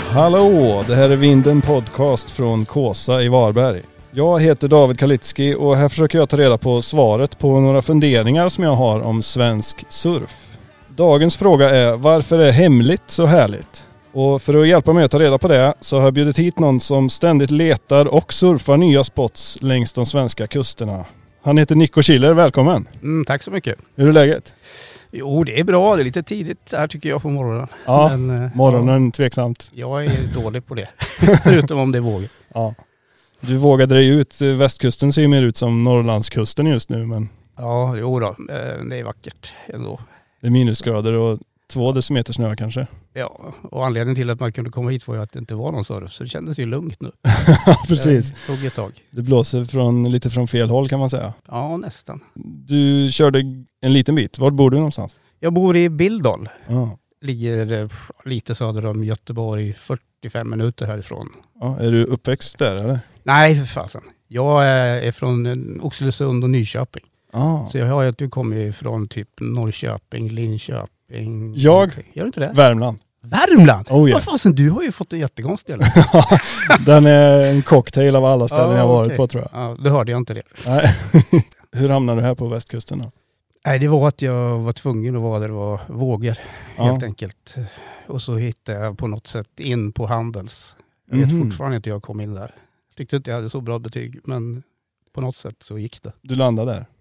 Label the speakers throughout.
Speaker 1: Hallå, det här är Vinden podcast från Kåsa i Varberg. Jag heter David Kalitski och här försöker jag ta reda på svaret på några funderingar som jag har om svensk surf. Dagens fråga är: varför är hemligt så härligt? Och för att hjälpa mig att ta reda på det så har jag bjudit hit någon som ständigt letar och surfar nya spots längs de svenska kusterna. Han heter Nico Schiller, välkommen.
Speaker 2: Tack så mycket.
Speaker 1: Hur är läget?
Speaker 2: Jo, det är bra. Det är lite tidigt här tycker jag på morgonen.
Speaker 1: Ja, men, morgonen tveksamt.
Speaker 2: Jag är dålig på det, förutom om det är vågor.
Speaker 1: Ja. Du vågade dig ut. Västkusten ser ju mer ut som Norrlandskusten just nu. Men
Speaker 2: Ja, jo då. Det är vackert ändå.
Speaker 1: det är minusgrader och 2 decimeter snö kanske.
Speaker 2: Ja, och anledningen till att man kunde komma hit var ju att det inte var någon surf. Så det kändes ju lugnt nu.
Speaker 1: Precis.
Speaker 2: Det tog ett tag.
Speaker 1: Det blåser lite från fel håll kan man säga.
Speaker 2: Ja, nästan.
Speaker 1: Du körde en liten bit. Var bor du någonstans?
Speaker 2: Jag bor i Billdal.
Speaker 1: Ja.
Speaker 2: Ligger lite söder om Göteborg, 45 minuter härifrån.
Speaker 1: Ja, är du uppväxt där eller?
Speaker 2: Nej, för fasen. Jag är från Oxelösund och Nyköping. Så jag har ju att du kommer från typ Norrköping, Linköping.
Speaker 1: Jag?
Speaker 2: Gör du inte det?
Speaker 1: Värmland.
Speaker 2: Värmland?
Speaker 1: Oh, yeah.
Speaker 2: Vad fasen, du har ju fått en jättekonstig eller?
Speaker 1: Den är en cocktail av alla ställen jag varit på tror jag.
Speaker 2: Ja, då hörde jag inte det.
Speaker 1: Nej. Hur hamnade du här på västkusten då?
Speaker 2: Nej, det var att jag var tvungen att vara där det var vågor helt enkelt. Och så hittade jag på något sätt in på Handels. Jag vet fortfarande inte hur jag kom in där. Jag tyckte inte jag hade så bra betyg, men på något sätt så gick det.
Speaker 1: Du landade där?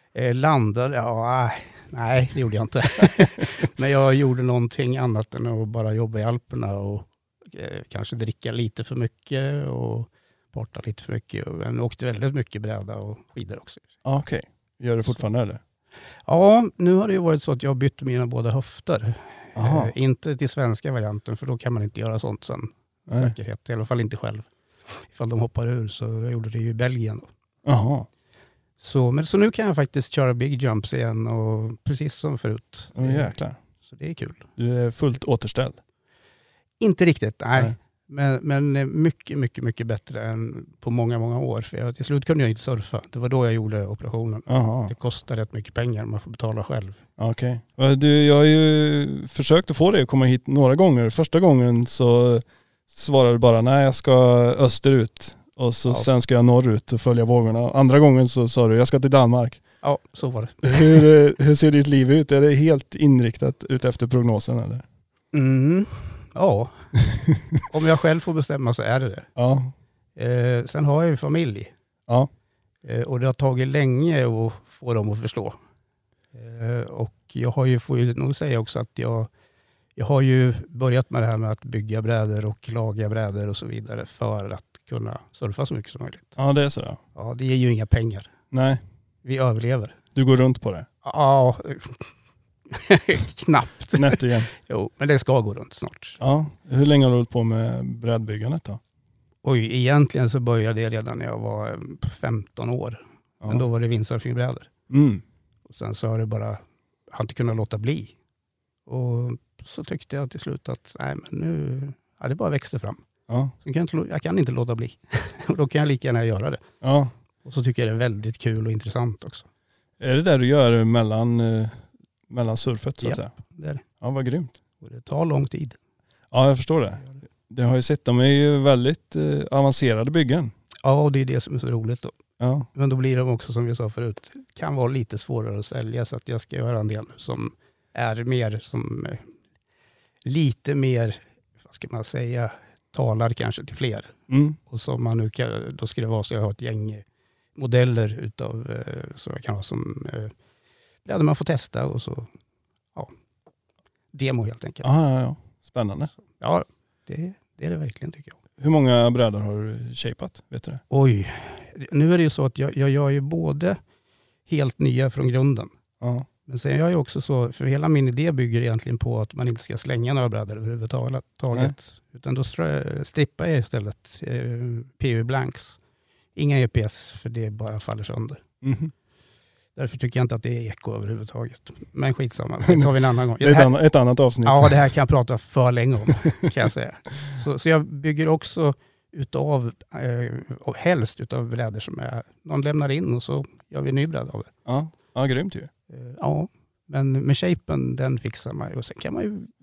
Speaker 2: Nej, det gjorde jag inte. Men jag gjorde någonting annat än att bara jobba i Alperna och kanske dricka lite för mycket och borta lite för mycket. Men åkte väldigt mycket bräda och skidor också.
Speaker 1: Okej. Gör du fortfarande eller?
Speaker 2: Ja, nu har det ju varit så att jag bytte mina båda höfter. Inte till svenska varianten, för då kan man inte göra sånt sen. Säkerhet, i alla fall inte själv. Ifall de hoppar ur, så jag gjorde det ju i Belgien.
Speaker 1: Jaha.
Speaker 2: Så nu kan jag faktiskt köra big jumps igen och precis som förut.
Speaker 1: Jäklar.
Speaker 2: Så det är kul.
Speaker 1: Du är fullt återställd?
Speaker 2: Inte riktigt, nej. Men mycket, mycket, mycket bättre än på många, många år. För till slut kunde jag inte surfa. Det var då jag gjorde operationen.
Speaker 1: Aha.
Speaker 2: Det kostar rätt mycket pengar. Man får betala själv.
Speaker 1: Okej. Jag har ju försökt att få dig att komma hit några gånger. Första gången så svarade du bara nej, jag ska österut. Och så sen ska jag norrut och följa vågorna. Andra gången så sa du jag ska till Danmark.
Speaker 2: Ja, så var det.
Speaker 1: Hur ser ditt liv ut? Är det helt inriktat ut efter prognosen eller?
Speaker 2: Ja. Om jag själv får bestämma så är det det.
Speaker 1: Ja.
Speaker 2: Sen har jag ju familj.
Speaker 1: Ja.
Speaker 2: Och det har tagit länge att få dem att förstå. Och jag har ju, får ju nog säga också att jag har ju börjat med det här med att bygga brädor och laga brädor och så vidare för att kunna surfa så mycket som möjligt.
Speaker 1: Ja, det är så då.
Speaker 2: Ja, det ger ju inga pengar.
Speaker 1: Nej.
Speaker 2: Vi överlever.
Speaker 1: Du går runt på det?
Speaker 2: Ja, knappt.
Speaker 1: Nätt igen.
Speaker 2: Jo, men det ska gå runt snart.
Speaker 1: Ja. Hur länge har du hållit på med brädbyggandet då?
Speaker 2: Oj, egentligen så började det redan när jag var 15 år. Ja. Men då var det windsurfingbrädor. Och sen så har det bara, jag har inte kunnat låta bli. Och så tyckte jag till slut att nej, men nu, det bara växte fram. Ja. Så jag kan inte låta bli. Och då kan jag lika gärna göra det. Ja. Och så tycker jag det är väldigt kul och intressant också.
Speaker 1: Är det där du gör mellan surfet så att säga?
Speaker 2: Det är det.
Speaker 1: Ja, vad grymt.
Speaker 2: Och det tar lång tid.
Speaker 1: Ja, jag förstår det. Det har ju sett, de är ju väldigt avancerade byggen.
Speaker 2: Ja, och det är det som är så roligt då.
Speaker 1: Ja.
Speaker 2: Men då blir de också, som vi sa förut, kan vara lite svårare att sälja, så att jag ska göra en del som är mer som lite mer, vad ska man säga, talar kanske till fler. Och som man nu kan, då ska det vara så jag har ett gäng modeller utav så jag kan ha som där man får testa och så demo helt enkelt.
Speaker 1: Ja. Spännande.
Speaker 2: Ja, det är det verkligen tycker jag.
Speaker 1: Hur många brädor har du shapat, vet du det?
Speaker 2: Oj, nu är det ju så att jag gör ju både helt nya från grunden. Ja. Men sen gör jag också så, för hela min idé bygger egentligen på att man inte ska slänga några brädor överhuvudtaget. Utan då strippar jag istället PU blanks. Inga EPS, för det bara faller sönder. Därför tycker jag inte att det är eko överhuvudtaget. Men skitsamma, det tar vi en annan gång.
Speaker 1: Ett annat avsnitt.
Speaker 2: Ja, det här kan jag prata för länge om, kan jag säga. Så jag bygger också utav, och helst utav brädor som någon lämnar in och så gör vi en ny bräda av det.
Speaker 1: Ja, grymt ju.
Speaker 2: Ja, men med shapen, den fixar man ju. Och sen kan man ju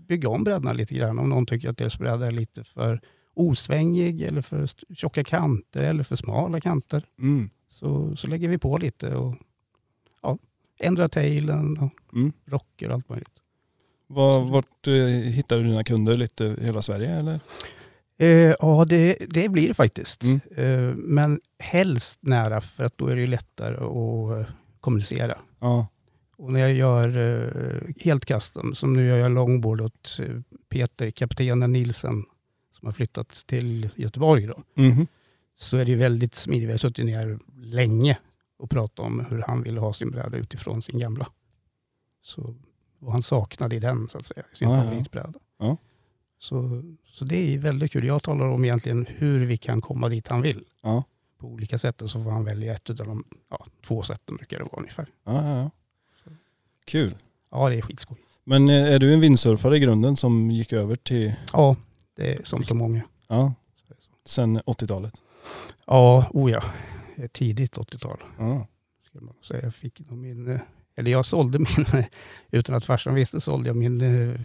Speaker 2: bygga om brädorna lite grann. Om någon tycker att deras bräda är lite för osvängig eller för tjocka kanter eller för smala kanter. Så lägger vi på lite och ändrar tailen och rocker och allt möjligt.
Speaker 1: Vart hittar du dina kunder lite i hela Sverige eller?
Speaker 2: Ja, det blir det faktiskt. Men helst nära, för att då är det ju lättare att kommunicera.
Speaker 1: Ja.
Speaker 2: Och när jag gör helt custom, som nu gör jag longboard åt Peter, kaptenen Nilsen, som har flyttat till Göteborg då. Så är det ju väldigt smidigt. Vi har suttit ner länge och pratat om hur han ville ha sin bräda utifrån sin gamla. Så vad han saknade i den, så att säga, sin favoritbräda.
Speaker 1: Ja.
Speaker 2: Så det är väldigt kul. Jag talar om egentligen hur vi kan komma dit han vill.
Speaker 1: Ja.
Speaker 2: På olika sätt, och så får han välja ett av de 2 sätten brukar det vara ungefär.
Speaker 1: Ja. Kul.
Speaker 2: Ja, det är skitskoj.
Speaker 1: Men är du en vindsurfare i grunden som gick över till...
Speaker 2: Ja, det är som så många.
Speaker 1: Ja, sen 80-talet.
Speaker 2: Ja, tidigt 80-tal.
Speaker 1: Ja.
Speaker 2: Skulle man säga. Jag sålde min, utan att farsan visste, sålde jag min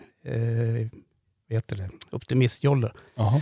Speaker 2: optimistjolle.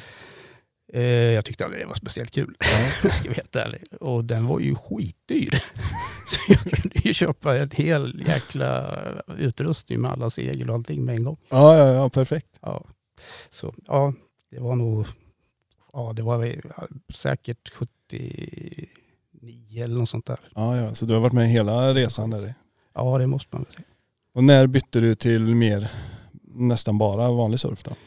Speaker 2: Jag tyckte aldrig det var speciellt kul. Jag ska veta ärlig. Och den var ju skitdyr. Så jag kunde ju köpa en hel jäkla utrustning med alla segel och allting med en gång.
Speaker 1: Ja, perfekt.
Speaker 2: Ja. Så det var nog... Ja, det var säkert 79 eller något sånt där.
Speaker 1: Ja, så du har varit med hela resan där?
Speaker 2: Ja, det måste man väl säga.
Speaker 1: Och när bytte du till mer nästan bara vanlig surf då?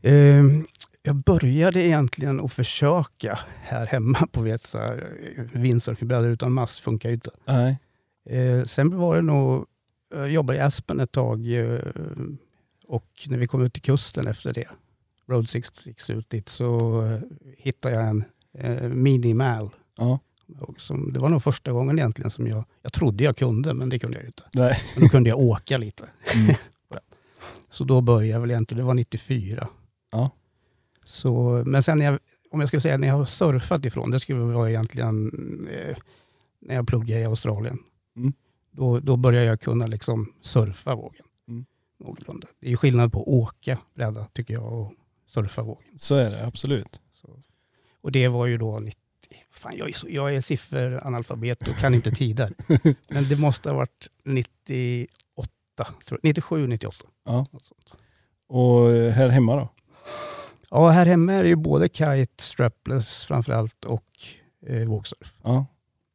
Speaker 2: Jag började egentligen att försöka här hemma på windsurfingbrädor utan mast funkar ju inte.
Speaker 1: Nej.
Speaker 2: Sen var det nog, jag jobbade i Aspen ett tag och när vi kom ut till kusten efter det, Road 66 ut dit, så hittade jag en mini-mal.
Speaker 1: Ja.
Speaker 2: Det var nog första gången egentligen som jag trodde jag kunde, men det kunde jag ju inte.
Speaker 1: Nej.
Speaker 2: Men då kunde jag åka lite. Så då började jag väl egentligen, det var 94.
Speaker 1: Ja.
Speaker 2: Så, men sen om jag skulle säga när jag har surfat ifrån, det skulle vara egentligen när jag pluggade i Australien. Då började jag kunna liksom surfa vågen. Någorlunda. Det är ju skillnad på att åka bräda tycker jag och surfa vågen.
Speaker 1: Så är det, absolut.
Speaker 2: Och det var ju då 90. Fan, jag är sifferanalfabet och kan inte tider. Men det måste ha varit 98, 97, 98.
Speaker 1: Ja. Och här hemma då?
Speaker 2: Ja, här hemma är det ju både kite, strapless framförallt och vågsurf.
Speaker 1: Ja.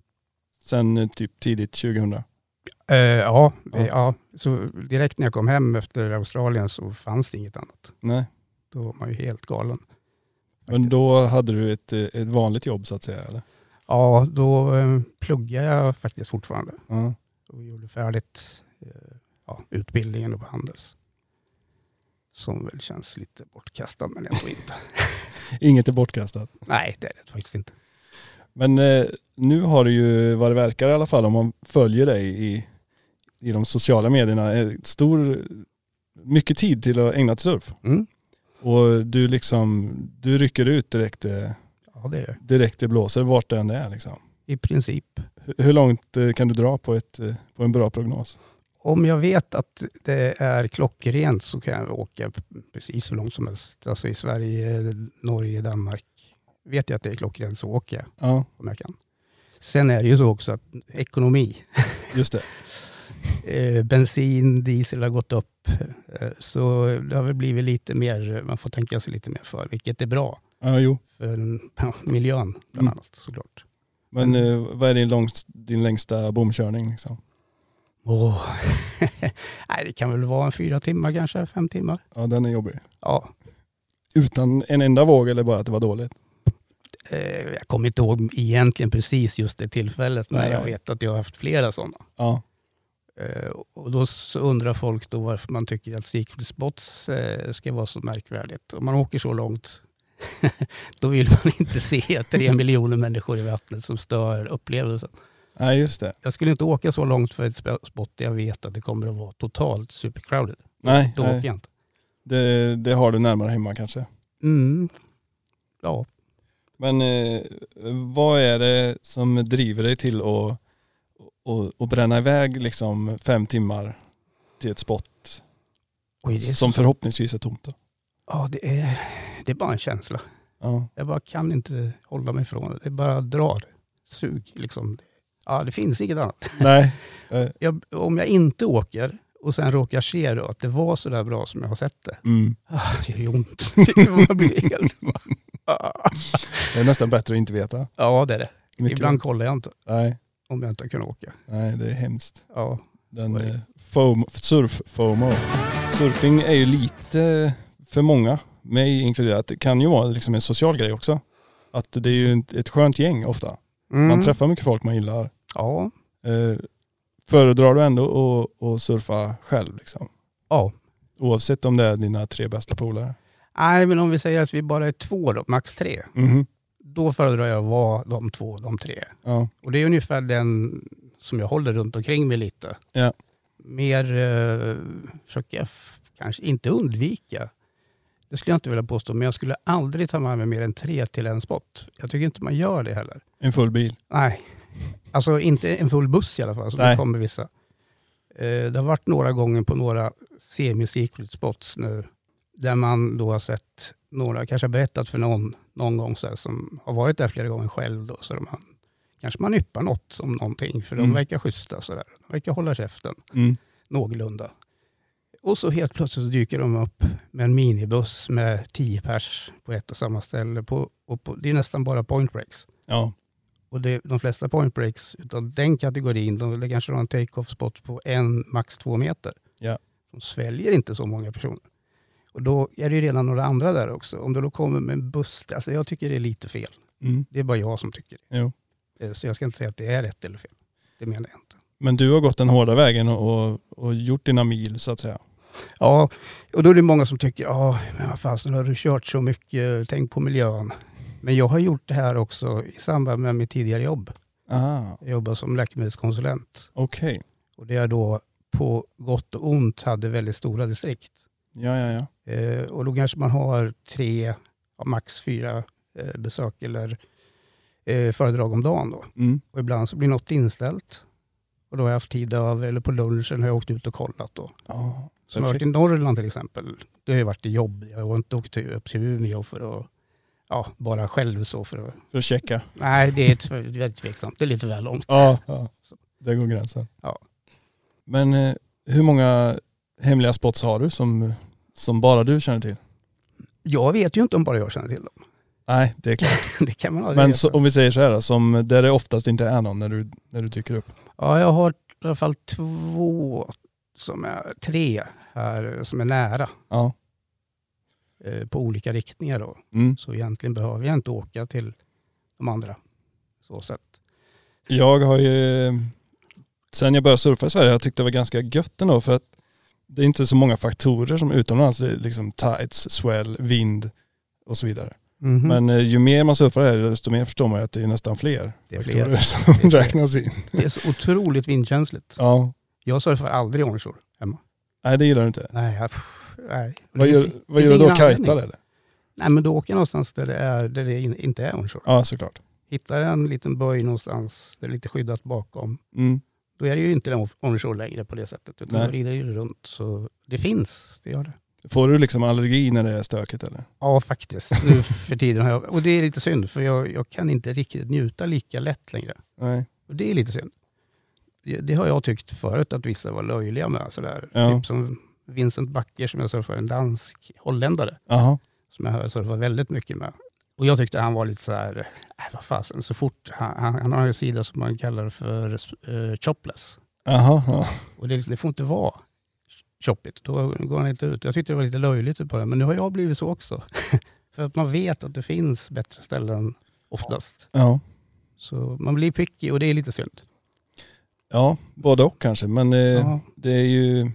Speaker 1: Sen typ tidigt 2000?
Speaker 2: Ja. Så direkt när jag kom hem efter Australien så fanns det inget annat.
Speaker 1: Nej.
Speaker 2: Då var man ju helt galen.
Speaker 1: Men då hade du ett vanligt jobb så att säga, eller?
Speaker 2: Ja, då pluggade jag faktiskt fortfarande.
Speaker 1: Ja.
Speaker 2: Och gjorde färdigt utbildningen på Handels. Som väl känns lite bortkastad, men ändå inte.
Speaker 1: Inget är bortkastat?
Speaker 2: Nej, det är det faktiskt inte.
Speaker 1: Men nu har du ju, vad det verkar i alla fall, om man följer dig i de sociala medierna, mycket tid till att ägna till surf. Och du rycker ut direkt, direkt det blåser, vart det än är liksom.
Speaker 2: I princip.
Speaker 1: Hur långt kan du dra på en bra prognos?
Speaker 2: Om jag vet att det är klockrent så kan jag åka precis så långt som helst. Alltså i Sverige, Norge, Danmark. Vet jag att det är klockrent så åker jag om jag kan. Sen är det ju så också att ekonomi.
Speaker 1: Just det.
Speaker 2: Bensin, diesel har gått upp. Så det har väl blivit lite mer, man får tänka sig lite mer för, vilket är bra.
Speaker 1: Ja, jo.
Speaker 2: För miljön bland annat såklart.
Speaker 1: Men vad är din längsta bomkörning liksom?
Speaker 2: Nej, det kan väl vara en 4 timmar kanske, 5 timmar.
Speaker 1: Ja, den är jobbig.
Speaker 2: Ja.
Speaker 1: Utan en enda våg eller bara att det var dåligt?
Speaker 2: Jag kommer inte ihåg egentligen precis just det tillfället, men jag vet att jag har haft flera sådana.
Speaker 1: Ja.
Speaker 2: Och då så undrar folk då varför man tycker att secret spots ska vara så märkvärdigt. Om man åker så långt, då vill man inte se 3 miljoner människor i vattnet som stör upplevelsen.
Speaker 1: Ja, just det.
Speaker 2: Jag skulle inte åka så långt för ett spot där jag vet att det kommer att vara totalt supercrowded.
Speaker 1: Nej,
Speaker 2: då åker jag inte.
Speaker 1: Det har du närmare hemma kanske?
Speaker 2: Ja.
Speaker 1: Men vad är det som driver dig till att bränna iväg liksom 5 timmar till ett spot? Som förhoppningsvis är tomt då.
Speaker 2: Ja, det är bara en känsla.
Speaker 1: Ja.
Speaker 2: Jag bara kan inte hålla mig ifrån det. Det bara drar. Sug liksom. Ja, det finns inget annat.
Speaker 1: Nej.
Speaker 2: Om jag inte åker och sen råkar se då att det var så där bra som jag har sett det. Det gör ju ont. Man blir helt...
Speaker 1: Det är nästan bättre att inte veta.
Speaker 2: Ja, det är det.
Speaker 1: Mycket
Speaker 2: Ibland
Speaker 1: bra.
Speaker 2: kollar jag inte.
Speaker 1: Nej.
Speaker 2: Om jag inte kan åka.
Speaker 1: Nej, det är hemskt.
Speaker 2: Ja.
Speaker 1: Den surf-FOMO. Surfing är ju lite för många, mig inkluderat. Det kan ju vara liksom en social grej också. Att det är ju ett skönt gäng ofta. Man träffar mycket folk man gillar.
Speaker 2: Ja.
Speaker 1: Föredrar du ändå att surfa själv liksom?
Speaker 2: Ja.
Speaker 1: Oavsett om det är dina 3 bästa polare?
Speaker 2: Nej, men om vi säger att vi bara är 2 då, max 3.
Speaker 1: Mm-hmm.
Speaker 2: Då föredrar jag att vara de 2, de 3.
Speaker 1: Ja.
Speaker 2: Och det är ungefär den som jag håller runt omkring mig lite.
Speaker 1: Ja.
Speaker 2: Mer försöker jag kanske inte undvika. Det skulle jag inte vilja påstå, men jag skulle aldrig ta med mig mer än 3 till en spot. Jag tycker inte man gör det heller.
Speaker 1: En full bil?
Speaker 2: Nej, alltså inte en full buss i alla fall. Så det kommer vissa. Det har varit några gånger på några semi-secret spots nu. Där man då har sett några, kanske har berättat för någon gång så här, som har varit där flera gånger själv. Då, så kanske man yppar något som någonting. För de verkar schyssta sådär. De verkar hålla käften. Någorlunda. Och så helt plötsligt så dyker de upp med en minibuss med 10 pers på ett och samma ställe. Det är nästan bara point breaks.
Speaker 1: Ja.
Speaker 2: Och de flesta point breaks utav den kategorin, det kanske har en take-off spot på max 2 meter.
Speaker 1: Ja.
Speaker 2: De sväljer inte så många personer. Och då är det ju redan några andra där också. Om det då kommer med en buss, alltså jag tycker det är lite fel. Det är bara jag som tycker det.
Speaker 1: Jo.
Speaker 2: Så jag ska inte säga att det är rätt eller fel. Det menar jag inte.
Speaker 1: Men du har gått den hårda vägen och gjort dina mil så att säga.
Speaker 2: Ja, och då är det många som tycker, men vad fan, har du kört så mycket, tänk på miljön. Men jag har gjort det här också i samband med mitt tidigare jobb.
Speaker 1: Aha.
Speaker 2: Jag jobbar som läkemedelskonsulent.
Speaker 1: Okej.
Speaker 2: Och det är då på gott och ont hade väldigt stora distrikt.
Speaker 1: Ja.
Speaker 2: Och då kanske man har 3, max 4 besök eller föredrag om dagen då. Och ibland så blir något inställt. Och då har jag haft tid över, eller på lunchen har jag åkt ut och kollat då.
Speaker 1: Ja.
Speaker 2: Som jag har varit i Norrland till exempel. Det har ju varit i jobb. Jag har inte åkt upp till Umeå för att bara själv så för
Speaker 1: att checka.
Speaker 2: Nej, det är väldigt tveksamt. Det är lite väl långt.
Speaker 1: Ja. Det går gränsen.
Speaker 2: Ja.
Speaker 1: Men hur många hemliga spots har du som bara du känner till? Jag
Speaker 2: vet ju inte om bara jag känner till dem.
Speaker 1: Nej, det är klart.
Speaker 2: Det kan man
Speaker 1: Men om vi säger så här, som där det oftast inte är någon när du dyker upp.
Speaker 2: Ja, jag har i alla fall 3 här som är nära.
Speaker 1: Ja.
Speaker 2: På olika riktningar då. Så egentligen behöver jag inte åka till de andra. Så sätt.
Speaker 1: Jag har ju, sen jag började surfa i Sverige, jag tyckte det var ganska gött ändå, för att det är inte så många faktorer som utomlands. Det är liksom tides, swell, vind och så vidare. Men ju mer man surfar här, desto mer förstår man att det är nästan fler faktorer som räknas in.
Speaker 2: Det är så otroligt vindkänsligt.
Speaker 1: Ja.
Speaker 2: Jag surfar aldrig onshore hemma.
Speaker 1: Nej, det gillar du inte.
Speaker 2: Nej.
Speaker 1: Vad gör du då? Kajtar eller?
Speaker 2: Nej, men då åker jag någonstans där det inte är onshore.
Speaker 1: Ja, såklart.
Speaker 2: Hittar en liten böj någonstans, det är lite skyddat bakom. Då är det ju inte onshore längre på det sättet. Utan då rider det runt. Så det finns, det gör det.
Speaker 1: Får du liksom allergi när det är stökigt eller?
Speaker 2: Ja, faktiskt. Nu för tiden har jag, och det är lite synd, för jag kan inte riktigt njuta lika lätt längre.
Speaker 1: Nej.
Speaker 2: Och det är lite synd. Det har jag tyckt förut att vissa var löjliga med. Sådär.
Speaker 1: Ja.
Speaker 2: Typ som Vincent Backer som jag surfade, en dansk holländare.
Speaker 1: Aha.
Speaker 2: Som jag har surfat väldigt mycket med. Och jag tyckte han var lite så här, vad fasen, så fort han har en sida som man kallar för chopless.
Speaker 1: Aha, ja.
Speaker 2: Och det får inte vara choppigt. Då går han inte ut. Jag tyckte det var lite löjligt på det, men nu har jag blivit så också. För att man vet att det finns bättre ställen oftast.
Speaker 1: Ja.
Speaker 2: Så man blir picky och det är lite synd.
Speaker 1: Ja, både och kanske. Men det är ju...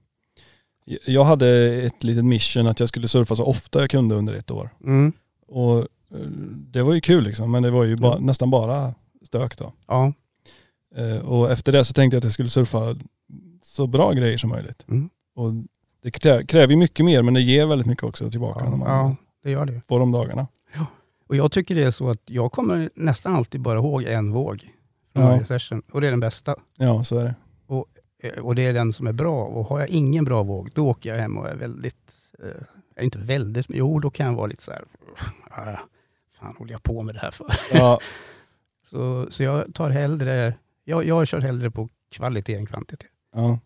Speaker 1: Jag hade ett litet mission att jag skulle surfa så ofta jag kunde under ett år. Och det var ju kul liksom, men det var ju nästan bara stök då.
Speaker 2: Ja.
Speaker 1: Och efter det så tänkte jag att jag skulle surfa så bra grejer som möjligt. Och det kräver ju mycket mer, men det ger väldigt mycket också tillbaka när man
Speaker 2: det gör det.
Speaker 1: Får de dagarna.
Speaker 2: Ja. Och jag tycker det är så att jag kommer nästan alltid bara ihåg en våg från varje session. Och det är den bästa.
Speaker 1: Ja, så är det.
Speaker 2: Och Och det är den som är bra. Och har jag ingen bra våg, då åker jag hem och är väldigt, inte väldigt, men jo, då kan jag vara lite så här, fan håller jag på med det här för?
Speaker 1: Ja.
Speaker 2: Så jag tar hellre, jag kör hellre på kvalitet än kvantitet.
Speaker 1: Ja.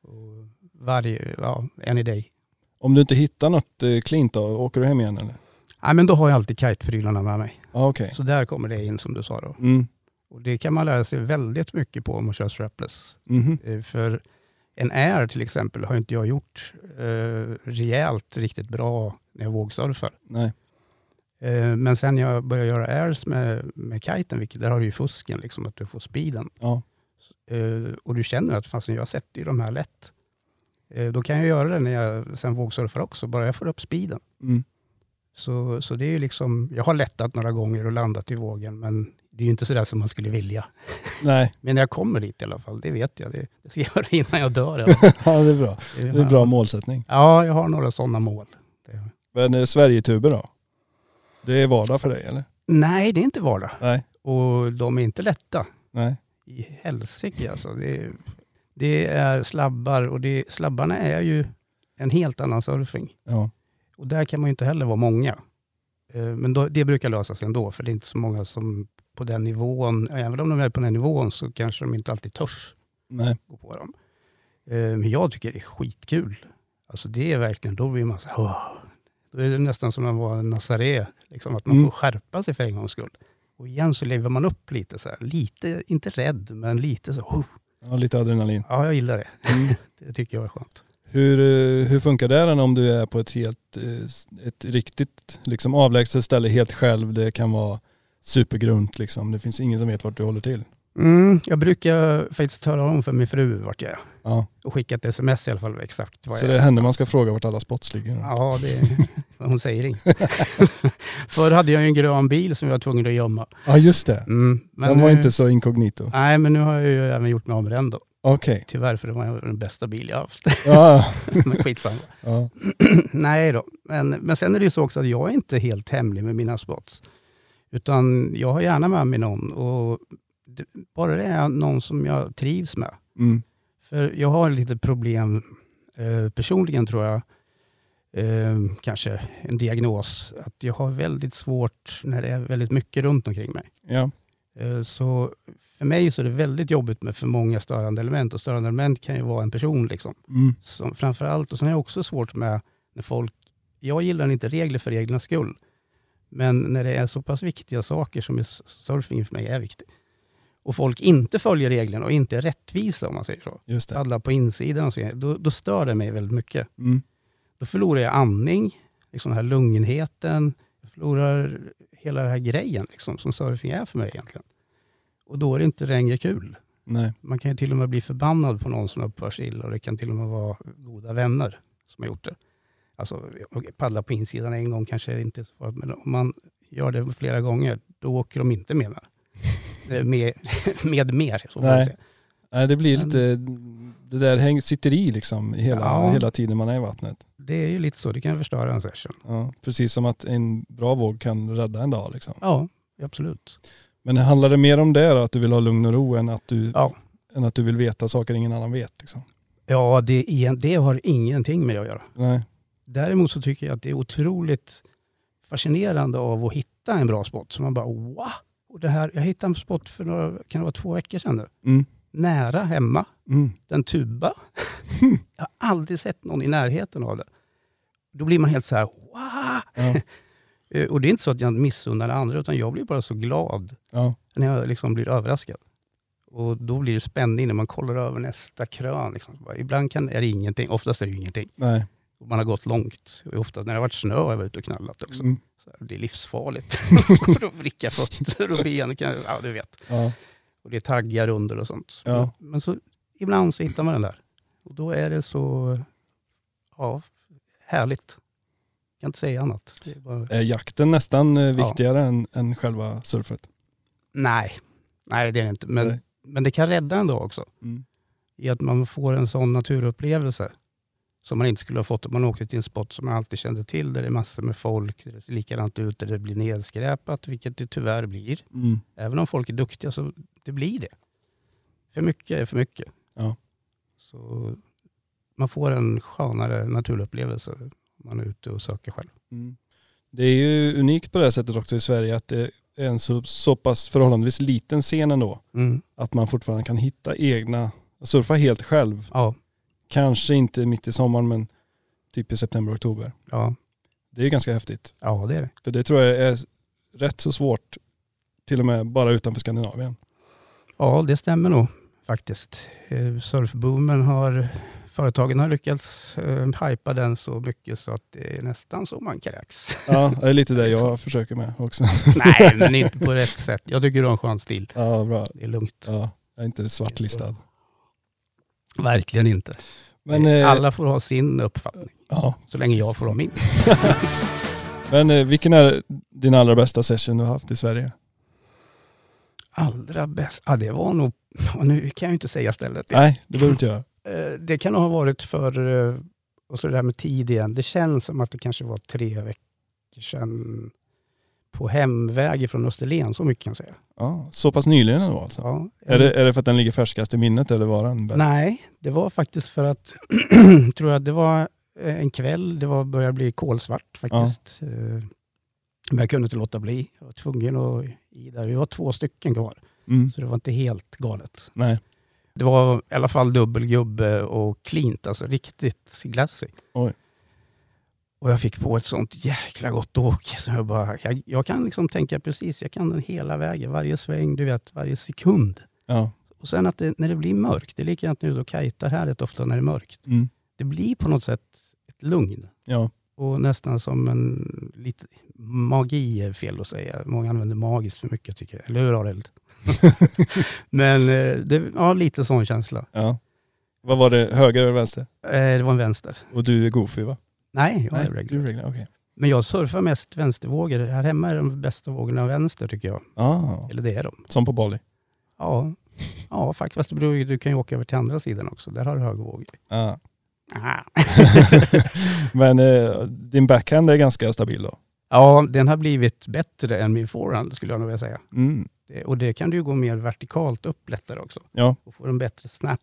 Speaker 2: Och any day.
Speaker 1: Om du inte hittar något klint då, åker du hem igen eller?
Speaker 2: Nej, men då har jag alltid kiteprylarna med mig.
Speaker 1: Ja, okej.
Speaker 2: Så där kommer det in som du sa då.
Speaker 1: Mm.
Speaker 2: Och det kan man lära sig väldigt mycket på om man kör strapless.
Speaker 1: Mhm.
Speaker 2: För en air till exempel har inte jag gjort rejält riktigt bra när jag vågsurfar.
Speaker 1: Nej.
Speaker 2: Men sen jag började göra airs med kiten, vilket där har du ju fusken, liksom, att du får speeden.
Speaker 1: Ja.
Speaker 2: Och du känner att fast jag sätter ju de här lätt. Då kan jag göra det när jag sen vågsurfar också, bara jag får upp speeden.
Speaker 1: Mm.
Speaker 2: Så det är ju liksom, jag har lättat några gånger och landat i vågen, men det är ju inte sådär som man skulle vilja.
Speaker 1: Nej.
Speaker 2: Men när jag kommer dit i alla fall, det vet jag. Det ska jag göra innan jag dör.
Speaker 1: Ja, det är bra. Det är bra målsättning.
Speaker 2: Ja, jag har några sådana mål.
Speaker 1: Men Sverigetuber då? Det är vardag för dig eller?
Speaker 2: Nej, det är inte vardag.
Speaker 1: Nej.
Speaker 2: Och de är inte lätta.
Speaker 1: Nej.
Speaker 2: I helsike alltså. Det är slabbar och slabbarna är ju en helt annan surfing.
Speaker 1: Ja.
Speaker 2: Och där kan man ju inte heller vara många. Men det brukar lösa sig ändå, för det är inte så många som på den nivån, även om de är på den nivån så kanske de inte alltid törs gå på dem. Men jag tycker det är skitkul. Alltså det är verkligen, då blir man så här, då är det nästan som att vara en Nazaré, liksom, att man får skärpa sig för en gångs skull. Och igen så lever man upp lite så här, lite, inte rädd, men lite så.
Speaker 1: Ja, lite adrenalin.
Speaker 2: Ja, jag gillar det. Det tycker jag är skönt.
Speaker 1: Hur funkar det om du är på ett riktigt liksom avlägset ställe helt själv? Det kan vara supergrunt liksom. Det finns ingen som vet vart du håller till.
Speaker 2: Jag brukar faktiskt tala om för min fru vart jag är.
Speaker 1: Ja.
Speaker 2: Och skicka ett sms i alla fall exakt vad
Speaker 1: så
Speaker 2: jag
Speaker 1: det
Speaker 2: är.
Speaker 1: är henne man ska fråga vart alla spots ligger?
Speaker 2: Ja, hon säger inget. Förr hade jag en grön bil som jag var tvungen att gömma.
Speaker 1: Ja, just det.
Speaker 2: Men
Speaker 1: den var inte så inkognito.
Speaker 2: Nej, men nu har jag ju även gjort mig av med den då.
Speaker 1: Okej.
Speaker 2: Tyvärr, för det var den bästa bil jag haft.
Speaker 1: Ja.
Speaker 2: Men skitsamma.
Speaker 1: Ja.
Speaker 2: Nej då. Men sen är det ju så också att jag är inte helt hemlig med mina spots. Utan jag har gärna med mig någon. Och bara det är någon som jag trivs med. För jag har lite problem personligen tror jag. Kanske en diagnos. Att jag har väldigt svårt när det är väldigt mycket runt omkring mig.
Speaker 1: Ja.
Speaker 2: Så för mig så är det väldigt jobbigt med för många störande element. Och störande element kan ju vara en person liksom. Som framförallt, och sen är jag också svårt med när folk, jag gillar inte regler för reglernas skull. Men när det är så pass viktiga saker som surfing för mig är viktigt. Och folk inte följer reglerna och inte är rättvisa om man säger så.
Speaker 1: Just det.
Speaker 2: Alla på insidan och så, då stör det mig väldigt mycket. Då förlorar jag andning, liksom den här lugnheten. Jag förlorar hela den här grejen liksom, som surfing är för mig egentligen. Och då är det inte längre kul.
Speaker 1: Nej. Man
Speaker 2: kan ju till och med bli förbannad på någon som uppförs illa. Och det kan till och med vara goda vänner som har gjort det. Alltså paddla på insidan en gång kanske är inte så farligt. Men om man gör det flera gånger, då åker de inte med mer. Så
Speaker 1: Nej. Nej, det blir lite, det där sitter i liksom hela tiden man är i vattnet.
Speaker 2: Det är ju lite så, det kan förstöra en session.
Speaker 1: Ja, precis som att en bra våg kan rädda en dag liksom.
Speaker 2: Ja, absolut.
Speaker 1: Men handlar det mer om det då, att du vill ha lugn och ro än att du vill veta saker ingen annan vet liksom? Ja,
Speaker 2: det har ingenting med det att göra.
Speaker 1: Nej.
Speaker 2: Däremot så tycker jag att det är otroligt fascinerande av att hitta en bra spot. Så man bara, wow! Och det här, jag hittade en spot för kan det vara 2 veckor sedan nu. Nära hemma. Den tuba. Jag har aldrig sett någon i närheten av det. Då blir man helt så här, wow!
Speaker 1: Ja.
Speaker 2: Och det är inte så att jag missunnar andra, utan jag blir bara så glad när jag liksom blir överraskad. Och då blir det spänning när man kollar över nästa krön. Liksom. Ibland är det ingenting, oftast är det ingenting.
Speaker 1: Nej.
Speaker 2: Och man har gått långt. Och ofta när det har varit snö har jag varit ute och knallat också. Så det är livsfarligt. Då vrickar fötter och ben. Ja, du vet.
Speaker 1: Ja.
Speaker 2: Och det är taggar under och sånt.
Speaker 1: Ja.
Speaker 2: Men så ibland så hittar man den där. Och då är det så härligt. Jag kan inte säga annat. Det är bara...
Speaker 1: Är jakten nästan viktigare än själva surfet?
Speaker 2: Nej, det är det inte. Men det kan rädda en dag också. I att man får en sån naturupplevelse som man inte skulle ha fått om man åkte till en spot som man alltid kände till, där det är massor med folk, där det ser likadant ut, där det blir nedskräpat, vilket det tyvärr blir. Även om folk är duktiga så det blir det. För mycket är för mycket.
Speaker 1: Ja.
Speaker 2: Så man får en skönare naturupplevelse om man är ute och söker själv.
Speaker 1: Mm. Det är ju unikt på det här sättet också i Sverige att det är en så pass förhållandevis liten scen ändå. Att man fortfarande kan hitta egna, surfa helt själv.
Speaker 2: Ja.
Speaker 1: Kanske inte mitt i sommaren men typ i september, oktober.
Speaker 2: Ja.
Speaker 1: Det är ganska häftigt.
Speaker 2: Ja, det är det.
Speaker 1: För det tror jag är rätt så svårt till och med bara utanför Skandinavien.
Speaker 2: Ja, det stämmer nog faktiskt. Surfboomen företagen har lyckats hypa den så mycket så att det är nästan så man kräks.
Speaker 1: Ja, det är lite det jag försöker med också.
Speaker 2: Nej, men inte på rätt sätt. Jag tycker du har en skön stil.
Speaker 1: Ja, bra.
Speaker 2: Det är lugnt.
Speaker 1: Ja, jag är inte svartlistad.
Speaker 2: Verkligen inte. Men alla får ha sin uppfattning. Ja, så länge jag får ha min.
Speaker 1: Men vilken är din allra bästa session du har haft i Sverige?
Speaker 2: Allra bäst? Ja, det var nog... Nu kan jag ju inte säga stället.
Speaker 1: Nej, det behöver inte göra.
Speaker 2: Det kan nog ha varit för... Och så det där med tid igen. Det känns som att det kanske var 3 veckor sedan på hemväg från Österlen. Så mycket kan jag säga.
Speaker 1: Ja, så pass nyligen ändå alltså. Ja, är det för att den ligger färskast i minnet eller var den bäst?
Speaker 2: Nej, det var faktiskt för att... tror jag det var en kväll. Det började bli kolsvart faktiskt. Ja. Men jag kunde inte låta bli. Jag var tvungen att i där. Vi var 2 stycken kvar. Så det var inte helt galet.
Speaker 1: Nej.
Speaker 2: Det var i alla fall dubbelgubbe och cleant. Alltså riktigt glassig.
Speaker 1: Oj.
Speaker 2: Och jag fick på ett sånt jäkla gott åk. Så jag kan liksom tänka precis. Jag kan den hela vägen. Varje sväng, du vet. Varje sekund. Ja. Och sen att när det blir mörkt. Det är likadant nu då kajtar här rätt ofta när det är mörkt. Det blir på något sätt ett lugn. Ja. Och nästan som en lite magi är fel att säga. Många använder magiskt för mycket tycker jag. Eller hur, Arild? Men lite sån känsla.
Speaker 1: Ja. Vad var det? Höger eller vänster?
Speaker 2: Det var en vänster.
Speaker 1: Och du är goofy va?
Speaker 2: Nej, jag är regular.
Speaker 1: Okay.
Speaker 2: Men jag surfar mest vänstervågor. Här hemma är de bästa vågorna vänster tycker jag. Eller det är de.
Speaker 1: Som på Bali?
Speaker 2: Ja, faktiskt. Fast du kan ju åka över till andra sidan också. Där har du högervågor.
Speaker 1: Ja. Men din backhand är ganska stabil då?
Speaker 2: Ja, den har blivit bättre än min forehand skulle jag nog vilja säga. Och det kan du ju gå mer vertikalt upp lättare också. Ja. Och få en bättre snap.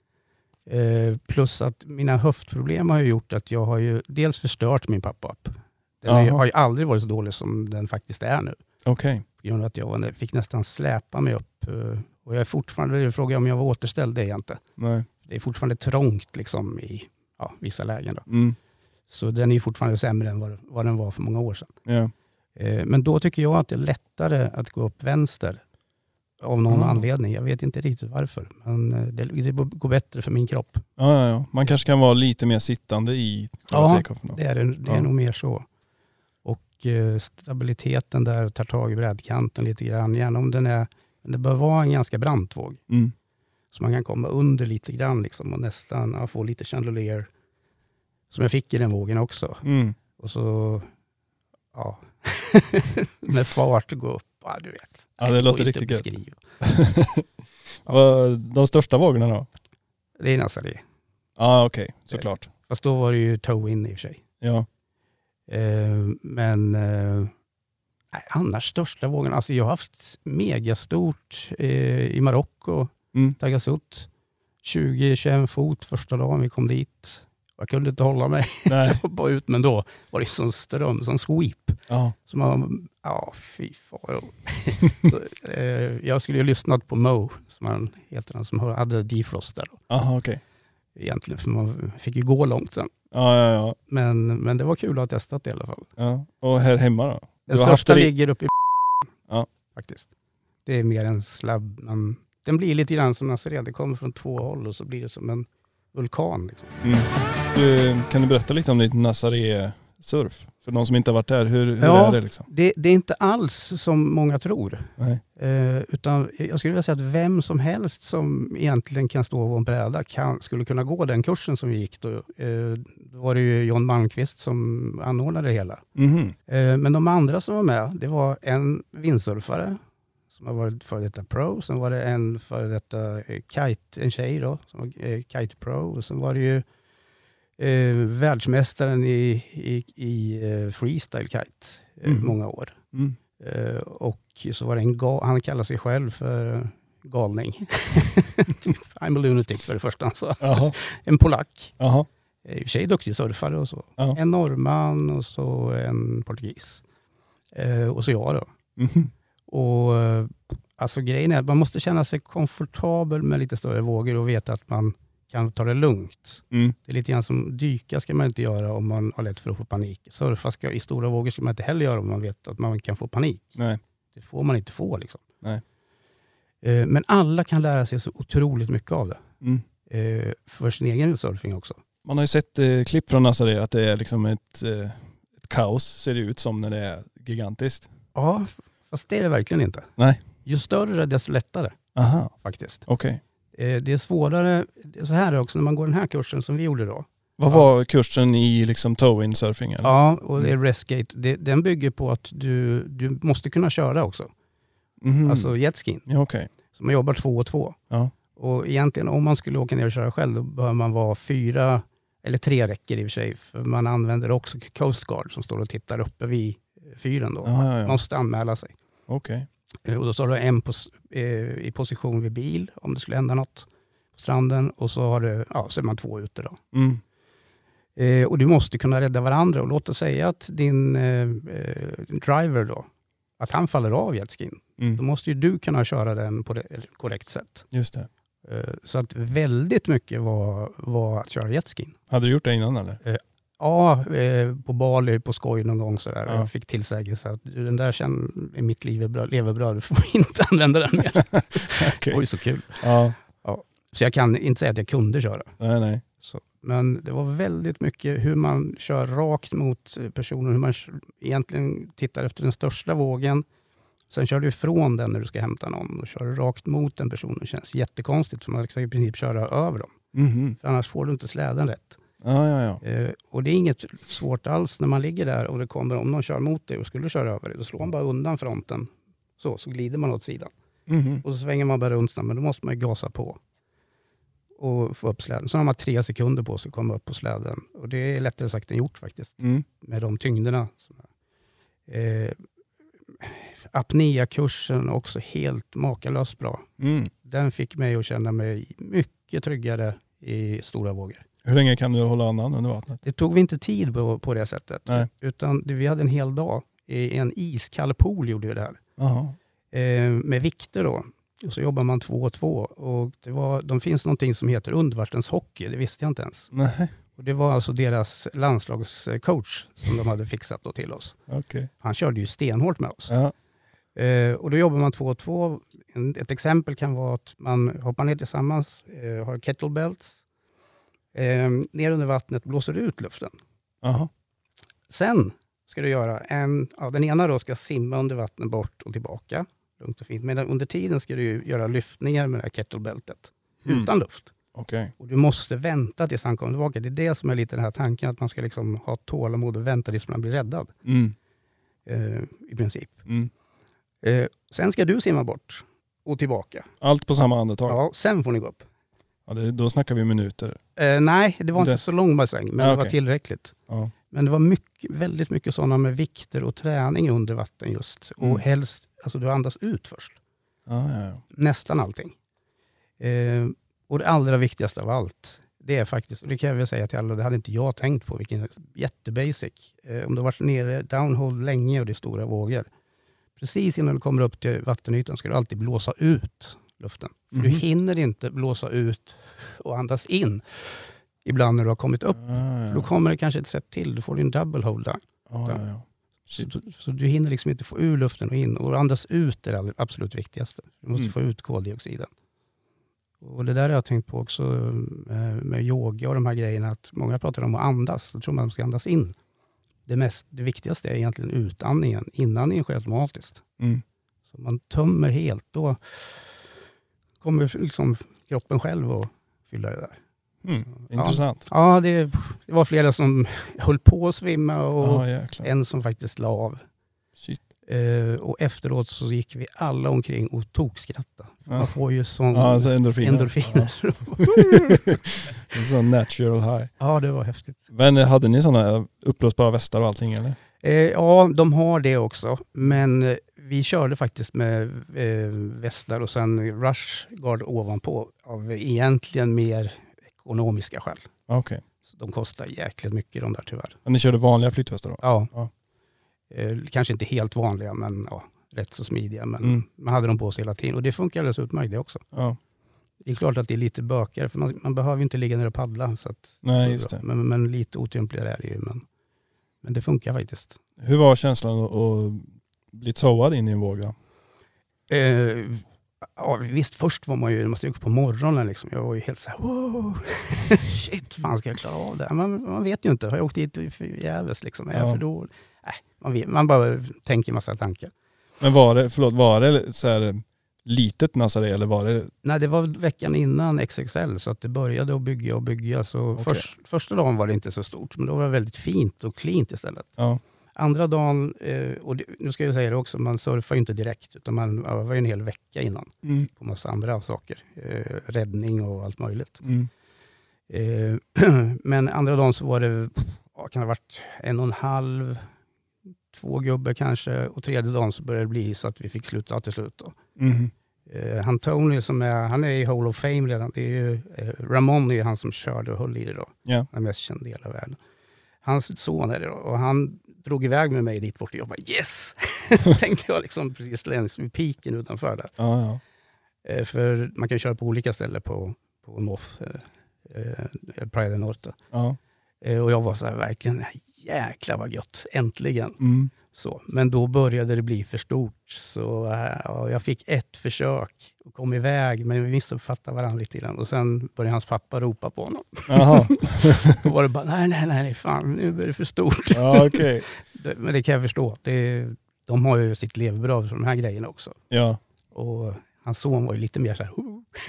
Speaker 2: Plus att mina höftproblem har ju gjort att jag har ju dels förstört min pop-up. Den har ju aldrig varit så dålig som den faktiskt är nu.
Speaker 1: Okej.
Speaker 2: På grund av att jag fick nästan släpa mig upp. Och jag är fortfarande, frågar om jag var återställd, det är jag inte. Nej. Det är fortfarande trångt liksom i vissa lägen då. Så den är ju fortfarande sämre än vad den var för många år sedan. Ja. Men då tycker jag att det är lättare att gå upp vänster av någon anledning. Jag vet inte riktigt varför. Men det går bättre för min kropp.
Speaker 1: Ja. Man kanske kan vara lite mer sittande i
Speaker 2: take-offen. Det är nog mer så. Och stabiliteten där tar tag i brädkanten lite grann. Gärna om det bör vara en ganska brant våg. Så man kan komma under lite grann liksom, och nästan få lite chandelier. Som jag fick i den vågen också. Och så med fart gå upp. Ja, du vet.
Speaker 1: Ja, det låter riktigt gött. De största vågorna då?
Speaker 2: Det är Nazaré.
Speaker 1: Ja, okej. Såklart.
Speaker 2: Fast då var det ju toe-in i och för sig. Ja. Men annars största vågorna. Alltså jag har haft megastort i Marocko. Tagasut. 20-21 fot första dagen vi kom dit. Jag kunde inte hålla mig. Jag var bara ut, men då var det som ström, som sweep. Så man, fy far. Jag skulle ju lyssnat på Mo, som han heter, han som hade defrost där.
Speaker 1: Aha, okej.
Speaker 2: Egentligen, för man fick ju gå långt sen.
Speaker 1: Ja.
Speaker 2: Men det var kul att ha testat det i alla fall.
Speaker 1: Ja. Och här hemma då?
Speaker 2: Den största ligger uppe i faktiskt. Det är mer en slabb, men den blir lite grann som Nazaré. Det kommer från 2 håll och så blir det som en vulkan. Liksom.
Speaker 1: Kan du berätta lite om ditt Nazaré-surf? För de som inte har varit där, hur är det? Liksom?
Speaker 2: Det är inte alls som många tror. Utan jag skulle vilja säga att vem som helst som egentligen kan stå på en bräda skulle kunna gå den kursen som vi gick. Då var det ju John Malmqvist som anordnade det hela. Men de andra som var med, det var en vindsurfare som har varit före detta pro. Sen var det en före detta en tjej då, som var kite pro. Och sen var det ju världsmästaren i freestyle kite många år. Och så var det han kallar sig själv för galning. I'm a lunatic för det första. Så.
Speaker 1: Aha.
Speaker 2: En polack.
Speaker 1: Aha.
Speaker 2: I och för sig duktig surfare och så.
Speaker 1: Aha.
Speaker 2: En norrman och så en portugis. Och så jag då.
Speaker 1: Mm.
Speaker 2: Och alltså grejen är att man måste känna sig komfortabel med lite större vågor och veta att man kan ta det lugnt.
Speaker 1: Mm.
Speaker 2: Det är lite grann som dyka ska man inte göra om man har lätt för att få panik. Surfa i stora vågor ska man inte heller göra om man vet att man kan få panik.
Speaker 1: Nej.
Speaker 2: Det får man inte få liksom.
Speaker 1: Nej.
Speaker 2: Men alla kan lära sig så otroligt mycket av det.
Speaker 1: Mm.
Speaker 2: För sin egen surfing också.
Speaker 1: Man har ju sett klipp från Nazaré att det är liksom ett kaos, ser det ut som när det är gigantiskt.
Speaker 2: Ja, fast det är det verkligen inte.
Speaker 1: Nej.
Speaker 2: Ju större desto lättare.
Speaker 1: Aha.
Speaker 2: Faktiskt.
Speaker 1: Okej.
Speaker 2: Det är svårare, så här är också när man går den här kursen som vi gjorde då.
Speaker 1: Vad var kursen i liksom tow-in surfing? Eller?
Speaker 2: Ja, och det är Restgate. Den bygger på att du måste kunna köra också.
Speaker 1: Mm.
Speaker 2: Alltså jetskin.
Speaker 1: Ja, okej.
Speaker 2: Så man jobbar 2 och 2.
Speaker 1: Ja.
Speaker 2: Och egentligen om man skulle åka ner och köra själv då behöver man vara 4 eller 3 räcker i och för sig. För man använder också Coast Guard som står och tittar uppe vid fyren då. Man måste anmäla sig.
Speaker 1: Okej.
Speaker 2: Och då står det en i position vid bil om det skulle hända något på stranden. Och så, så är man 2 ute då.
Speaker 1: Mm.
Speaker 2: Och du måste kunna rädda varandra. Och låt oss säga att din driver då, att han faller av jetskin. Då måste ju du kunna köra den på det korrekt sätt.
Speaker 1: Just det.
Speaker 2: Så att väldigt mycket var att köra jetskin.
Speaker 1: Hade du gjort det innan eller?
Speaker 2: Ja, på Bali på skoj någon gång sådär.
Speaker 1: Ja.
Speaker 2: Jag fick tillsägelse att den där sen är mitt levebröd. Du får inte använda den mer.
Speaker 1: Okay.
Speaker 2: Oj, så kul.
Speaker 1: Ja.
Speaker 2: Så jag kan inte säga att jag kunde köra.
Speaker 1: Nej.
Speaker 2: Så, men det var väldigt mycket hur man kör rakt mot personen. Hur man egentligen tittar efter den största vågen. Sen kör du ifrån den när du ska hämta någon. Och kör du rakt mot den personen. Det känns jättekonstigt. För man ska i princip köra över dem.
Speaker 1: Mm.
Speaker 2: För annars får du inte släden rätt.
Speaker 1: Ja.
Speaker 2: Och det är inget svårt alls när man ligger där. Och det kommer, om någon kör mot dig och skulle köra över dig. Då slår man bara undan fronten. Så glider man åt sidan.
Speaker 1: Mm. Och
Speaker 2: så svänger man bara runt snabbt. Men då måste man ju gasa på. Och få upp släden. Så har man 3 sekunder på sig att komma upp på släden. Och det är lättare sagt än gjort faktiskt.
Speaker 1: Mm.
Speaker 2: Med de tyngderna. Apnea-kursen också helt makalöst bra.
Speaker 1: Mm.
Speaker 2: Den fick mig att känna mig mycket tryggare i stora vågor.
Speaker 1: Hur länge kan du hålla andan under vattnet?
Speaker 2: Det tog vi inte tid på det sättet.
Speaker 1: Nej.
Speaker 2: Utan vi hade en hel dag. I en iskall pool gjorde vi det här.
Speaker 1: Aha.
Speaker 2: Med vikter då. Och så jobbar man 2 och 2. Och de finns någonting som heter undervattenshockey. Det visste jag inte ens.
Speaker 1: Nej.
Speaker 2: Och det var alltså deras landslagscoach som de hade fixat då till oss.
Speaker 1: Okay.
Speaker 2: Han körde ju stenhårt med oss.
Speaker 1: Ja.
Speaker 2: Och då jobbar man 2 och 2. Ett exempel kan vara att man hoppar ner tillsammans, har kettlebelts. Ner under vattnet, blåser ut luften.
Speaker 1: Aha.
Speaker 2: Sen ska du göra den ena då ska simma under vattnet bort och tillbaka. Lugnt och fint. Men under tiden ska du göra lyftningar med det här kettlebeltet. Utan luft.
Speaker 1: Okay.
Speaker 2: Och du måste vänta tills han kommer tillbaka. Det är det som är lite den här tanken. Att man ska liksom ha tålamod och vänta tills man blir räddad. I princip. Sen ska du simma bort och tillbaka.
Speaker 1: Allt på samma andetag?
Speaker 2: Ja, sen får ni gå upp.
Speaker 1: Ja, då snackar vi minuter.
Speaker 2: Nej, det var inte så lång bassäng. Men det var tillräckligt.
Speaker 1: Ja.
Speaker 2: Men det var väldigt mycket sådana med vikter och träning under vatten just. Och helst, alltså du andas ut först.
Speaker 1: Ja.
Speaker 2: Nästan allting. Och det allra viktigaste av allt, det är faktiskt, och det kan jag väl säga till alla, det hade inte jag tänkt på, vilken jättebasic. Om du har varit nere downhole länge och det är stora vågor. Precis innan du kommer upp till vattenytan ska du alltid blåsa ut luften. För du hinner inte blåsa ut och andas in ibland när du har kommit upp. För då kommer det kanske ett sätt till. Du får din double hold där. Så du hinner liksom inte få ur luften och in. Och andas ut är det absolut viktigaste. Du måste få ut koldioxiden. Och det där har jag tänkt på också med yoga och de här grejerna. Att många pratar om att andas. Då tror man att man ska andas in. Det viktigaste är egentligen utandningen. Inandningen sker automatiskt. Så man tömmer helt. Då kommer liksom kroppen själv att fylla det där.
Speaker 1: Intressant.
Speaker 2: Ja, det var flera som höll på att svimma och en som faktiskt la av.
Speaker 1: Shit.
Speaker 2: Och efteråt så gick vi alla omkring och tokskratta. Man får ju
Speaker 1: alltså endorfiner. En sån natural high.
Speaker 2: Ja, det var häftigt.
Speaker 1: Men hade ni sådana uppblåsbara västar och allting eller?
Speaker 2: Ja, de har det också. Men Vi körde faktiskt med västar och sen rushguard ovanpå av egentligen mer ekonomiska skäl.
Speaker 1: Okej.
Speaker 2: Så de kostar jäkligt mycket de där tyvärr.
Speaker 1: Men ni körde vanliga flytvästar då?
Speaker 2: Ja. Kanske inte helt vanliga men rätt så smidiga. Men man hade dem på sig hela tiden och det funkar alldeles utmärkt det också.
Speaker 1: Ja.
Speaker 2: Det är klart att det är lite bökigare för man behöver ju inte ligga ner och paddla. Så att,
Speaker 1: nej, just det.
Speaker 2: Men lite otympligare är det ju. Men det funkar faktiskt.
Speaker 1: Hur var känslan att bli towad in i en våg då?
Speaker 2: Visst, först var man stod upp på morgonen. Liksom. Jag var ju helt så här, wow, shit, fan ska jag klara av det? Man vet ju inte. Har jag åkt dit för jävligt liksom? Är jag för dålig? Man bara tänker massa tankar.
Speaker 1: Men var det så här litet Nazaré eller var det?
Speaker 2: Nej, det var veckan innan XXL så att det började att bygga. Så första dagen var det inte så stort, men då var det väldigt fint och cleant istället.
Speaker 1: Ja.
Speaker 2: Andra dagen, och nu ska jag säga det också, man surfar ju inte direkt utan man övar ju en hel vecka innan på massa andra saker. Räddning och allt möjligt. Men andra dagen så var det, kan det ha varit 1,5, 2 gubbar kanske, och tredje dagen så började det bli så att vi fick sluta till slut då. Han Tony han är i Hall of Fame redan. Det är ju, Ramon är han som körde och höll i det då.
Speaker 1: Yeah.
Speaker 2: Den mest kända i hela världen. Hans son är det då. Och han drog iväg med mig dit bort och jag bara yes! Tänkte jag liksom precis längs vid piken utanför där.
Speaker 1: Ja.
Speaker 2: För man kan köra på olika ställen på North, Pride Norte.
Speaker 1: Ja.
Speaker 2: Och jag var så här verkligen, jäklar vad gött, äntligen. Så, men då började det bli för stort. Så jag fick ett försök och kom iväg, men vi missuppfattade varandra lite grann. Och sen började hans pappa ropa på honom.
Speaker 1: Jaha.
Speaker 2: Då var det bara, nej, fan, nu blir det för stort.
Speaker 1: Ja, okej.
Speaker 2: Men det kan jag förstå. De har ju sitt levebröd för de här grejerna också.
Speaker 1: Ja.
Speaker 2: Och hans son var ju lite mer så här,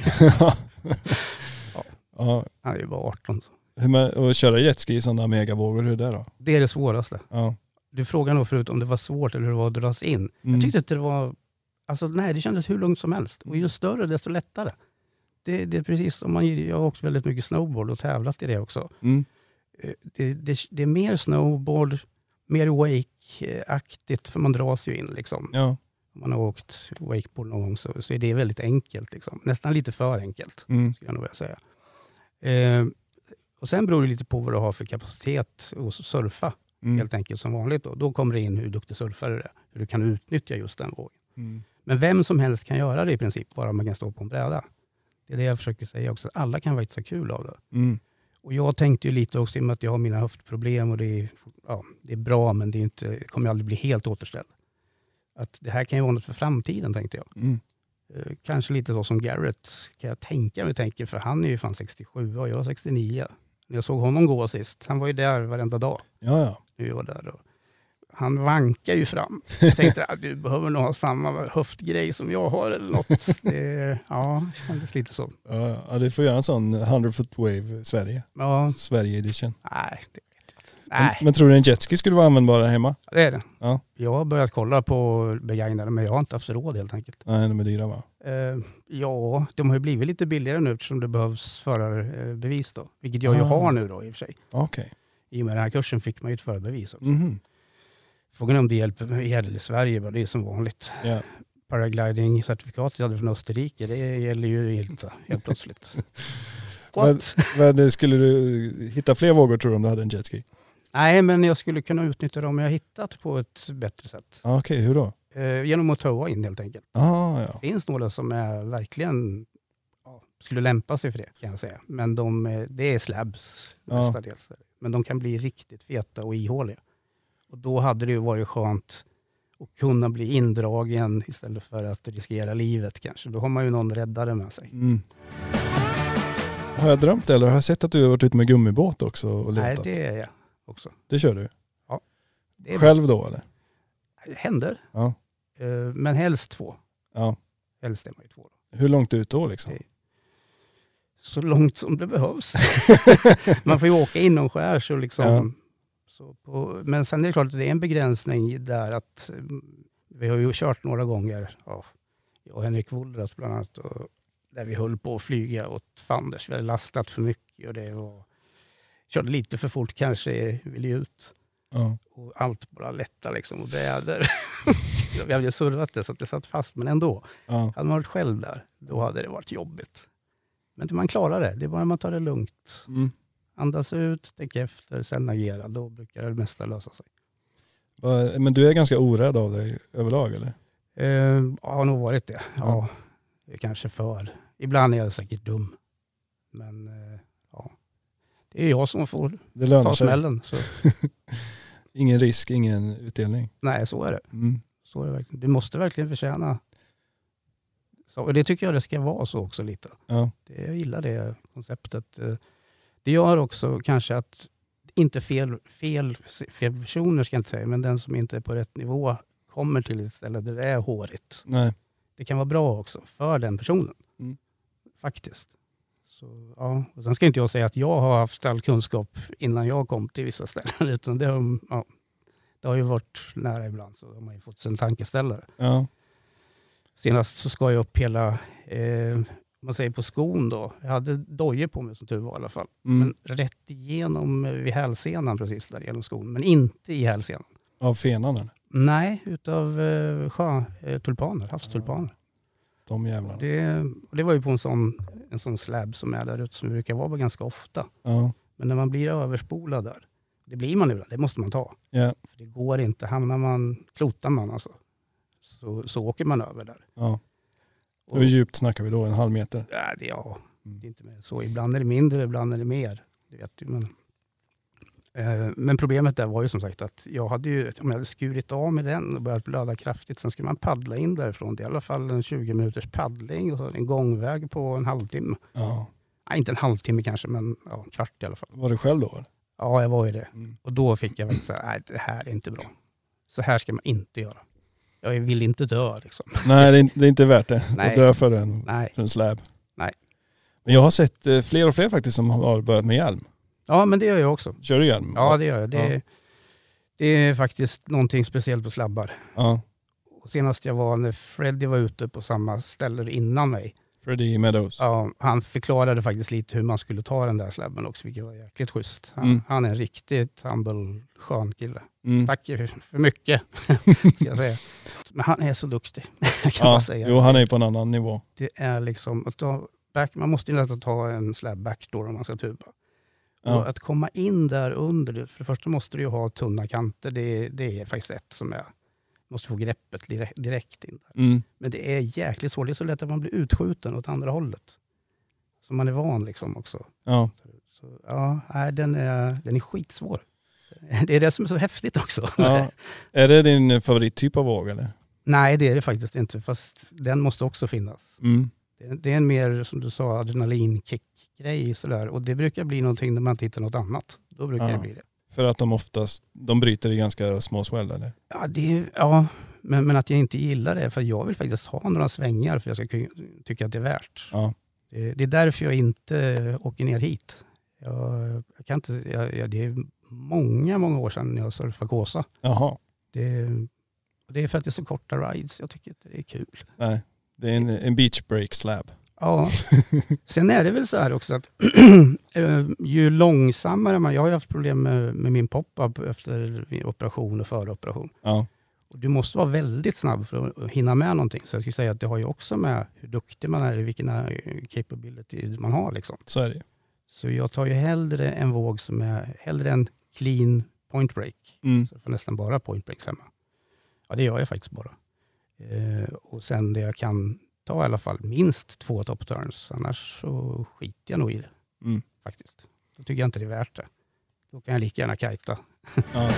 Speaker 1: Ja.
Speaker 2: Han är ju bara 18 så.
Speaker 1: Och köra jetski i sådana megavågor, hur är det då?
Speaker 2: Det är det svåraste.
Speaker 1: Ja.
Speaker 2: Du frågade nog förut om det var svårt eller hur det var att dras in. Jag tyckte att det var... Alltså nej, det kändes hur lugnt som helst. Och ju större desto lättare. Det är precis som jag har åkt väldigt mycket snowboard och tävlat i det också. Det är mer snowboard, mer wake-aktigt för man dras ju in liksom.
Speaker 1: Ja.
Speaker 2: Om man har åkt wakeboard någon gång så är det väldigt enkelt liksom. Nästan lite för enkelt skulle jag nog vilja säga. Och sen beror det lite på vad du har för kapacitet att surfa. Helt enkelt som vanligt. Då kommer det in hur duktig surfare du är. Hur du kan utnyttja just den vågen. Men vem som helst kan göra det i princip. Bara man kan stå på en bräda. Det är det jag försöker säga också. Alla kan vara så kul av det. Och jag tänkte ju lite också med att jag har mina höftproblem. Och det är bra men det kommer aldrig bli helt återställt. Att det här kan ju vara något för framtiden tänkte jag. Kanske lite så som Garrett kan jag tänker. För han är ju fan 67 och jag är 69. När jag såg honom gå sist. Han var ju där varenda dag.
Speaker 1: Ja.
Speaker 2: Nu var där då. Han vankar ju fram. Jag tänkte att du behöver nog ha samma höftgrej som jag har eller något. Det kändes lite så.
Speaker 1: Ja, du får göra en sån 100-foot wave Sverige.
Speaker 2: Ja.
Speaker 1: Sverige edition.
Speaker 2: Nej, det vet jag inte. Nej.
Speaker 1: Men tror du en jetski skulle vara användbar där hemma?
Speaker 2: Det är det.
Speaker 1: Ja.
Speaker 2: Jag har börjat kolla på begagnade men jag har inte haft råd helt enkelt.
Speaker 1: Nej, de är dyra va?
Speaker 2: Ja, de har ju blivit lite billigare nu eftersom det behövs förarbevis då. Vilket jag ju har nu då i och för sig.
Speaker 1: Okej.
Speaker 2: I och med den här kursen fick man ju ett förarbevis också. Frågan är om det gäller i Sverige, det är som vanligt.
Speaker 1: Yeah.
Speaker 2: Paragliding-certifikatet jag hade från Österrike, det gäller ju helt plötsligt.
Speaker 1: Men skulle du hitta fler vågor tror du om du hade en jetski?
Speaker 2: Nej, men jag skulle kunna utnyttja dem jag hittat på ett bättre sätt.
Speaker 1: Okej, hur då?
Speaker 2: Genom att toa in helt enkelt.
Speaker 1: Ja.
Speaker 2: Det finns några som är verkligen skulle lämpa sig för det kan jag säga. Men det är slabs mestadels. Men de kan bli riktigt feta och ihåliga. Och då hade det ju varit skönt att kunna bli indragen istället för att riskera livet kanske. Då har man ju någon räddare med sig.
Speaker 1: Har jag drömt eller har jag sett att du har varit ute med gummibåt också och letat?
Speaker 2: Nej, det är jag också.
Speaker 1: Det kör du?
Speaker 2: Ja.
Speaker 1: Själv då eller?
Speaker 2: Det händer.
Speaker 1: Ja.
Speaker 2: Men helst 2.
Speaker 1: Ja.
Speaker 2: Helst är man ju 2 då.
Speaker 1: Hur långt ut då liksom?
Speaker 2: Så långt som det behövs. Man får ju åka inomskärs och liksom... Ja. Men sen är det klart att det är en begränsning där att vi har ju kört några gånger. Jag och Henrik Woldras bland annat. Där vi höll på att flyga åt fanders. Vi hade lastat för mycket och körde lite för fort kanske vill ut.
Speaker 1: Ja.
Speaker 2: Och allt bara lättar liksom och bräder. Vi hade ju surrat det så att det satt fast, men ändå.
Speaker 1: Ja.
Speaker 2: Hade man varit själv där, då hade det varit jobbigt. Men man klarar det. Det är bara man tar det lugnt.
Speaker 1: Mm.
Speaker 2: Andas ut, tänka efter, sen agera. Då brukar det mesta lösa sig.
Speaker 1: Men du är ganska orädd av dig överlag, eller?
Speaker 2: Jag har nog varit det. Ja, det är kanske för. Ibland är jag säkert dum. Men ja, det är jag som får ta smällen. Så.
Speaker 1: Ingen risk, ingen utdelning.
Speaker 2: Nej, så är det.
Speaker 1: Mm.
Speaker 2: Så är det verkligen. Du måste verkligen förtjäna. Så, och det tycker jag det ska vara så också lite.
Speaker 1: Ja.
Speaker 2: Jag gillar det konceptet. Det gör också kanske att inte fel personer ska jag inte säga, men den som inte är på rätt nivå kommer till ett ställe där det är hårigt.
Speaker 1: Nej.
Speaker 2: Det kan vara bra också för den personen.
Speaker 1: Mm.
Speaker 2: Faktiskt. Så, ja. Och sen ska inte jag säga att jag har haft all kunskap innan jag kom till vissa ställen. Utan det har ju varit nära ibland, så har man ju fått sin tankeställare.
Speaker 1: Ja.
Speaker 2: Senast så ska jag upp hela, man säger på skon då. Jag hade dojor på mig som tur var i alla fall.
Speaker 1: Mm.
Speaker 2: Men rätt igenom vid hälsenan precis där genom skon. Men inte i hälsenan.
Speaker 1: Av fenan eller?
Speaker 2: Nej, utav tulpaner, havstulpaner.
Speaker 1: De jävlarna.
Speaker 2: Det var ju på en sån slab som är där ute som brukar vara ganska ofta.
Speaker 1: Ja.
Speaker 2: Men när man blir överspolad där, det blir man ibland, det måste man ta.
Speaker 1: Ja.
Speaker 2: För det går inte, klotar man alltså, så åker man över där.
Speaker 1: Ja. Och hur djupt snackar vi då? 1,5 meter?
Speaker 2: Ja, det är inte mer så. Ibland är det mindre, ibland är det mer. Det vet du, men problemet där var ju som sagt att om jag hade skurit av med den och börjat blöda kraftigt, sen ska man paddla in därifrån. Det är i alla fall en 20 minuters paddling och så en gångväg på en halvtimme.
Speaker 1: Ja.
Speaker 2: Nej, inte en halvtimme kanske, men en kvart i alla fall.
Speaker 1: Var du själv då? Eller?
Speaker 2: Ja, jag var ju det.
Speaker 1: Mm.
Speaker 2: Och då fick jag väl säga, nej, det här är inte bra. Så här ska man inte göra. Jag vill inte dö liksom.
Speaker 1: Nej, det är inte värt det.
Speaker 2: Nej.
Speaker 1: Att dö för en slab.
Speaker 2: Nej.
Speaker 1: Men jag har sett fler och fler faktiskt som har börjat med hjälm.
Speaker 2: Ja, men det gör jag också.
Speaker 1: Kör du hjälm?
Speaker 2: Ja, det gör jag. Det är faktiskt någonting speciellt på slabbar.
Speaker 1: Ja.
Speaker 2: Och senast jag var när Freddy var ute på samma ställe innan mig.
Speaker 1: Freddy Meadows.
Speaker 2: Ja, han förklarade faktiskt lite hur man skulle ta den där slabben också, vilket var jäkligt schysst. Han är en riktigt humble, skön kille. Tack för mycket, ska jag säga. Men han är så duktig, kan man säga.
Speaker 1: Jo, han är på en annan nivå.
Speaker 2: Det är liksom, man måste ju nästan ta en slab backdoor om man ska tuba.
Speaker 1: Ja.
Speaker 2: Och att komma in där under, för det första måste du ju ha tunna kanter, det är faktiskt ett som är, måste få greppet direkt in där.
Speaker 1: Mm.
Speaker 2: Men det är jäkligt svårt, det är så lätt att man blir utskjuten åt andra hållet. Så man är van liksom också.
Speaker 1: Ja.
Speaker 2: Så, den är skitsvår. Det är det som är så häftigt också.
Speaker 1: Ja. Är det din favorittyp av våg eller?
Speaker 2: Nej, det är det faktiskt inte, fast den måste också finnas.
Speaker 1: Mm.
Speaker 2: Det är en mer, som du sa, adrenalinkick-grej sådär. Och det brukar bli någonting när man inte hittar något annat. Då brukar det bli det.
Speaker 1: För att de bryter i ganska små swell eller?
Speaker 2: Ja, men att jag inte gillar det. För jag vill faktiskt ha några svängar för jag ska tycka att det är värt.
Speaker 1: Ja.
Speaker 2: Det är därför jag inte åker ner hit. Jag kan inte, det är många år sedan jag surfade Kåsa.
Speaker 1: Jaha.
Speaker 2: Det är för att det är så korta rides. Jag tycker inte det är kul.
Speaker 1: Nej, det är en beach break slab.
Speaker 2: Ja, sen är det väl så här också att ju långsammare jag har ju haft problem med min pop-up efter operation och före operation.
Speaker 1: Ja.
Speaker 2: Och du måste vara väldigt snabb för att hinna med någonting. Så jag skulle säga att det har ju också med hur duktig man är, vilken capability man har liksom.
Speaker 1: Så är det.
Speaker 2: Så jag tar ju hellre en våg som är hellre en clean point break. Så jag får nästan bara point breaks hemma. Ja, det gör jag faktiskt bara. Och sen det jag kan ta i alla fall minst 2 top turns. Annars så skiter jag nog i det. Faktiskt. Då tycker jag inte det är värt det. Då kan jag lika gärna kajta.
Speaker 1: Ja.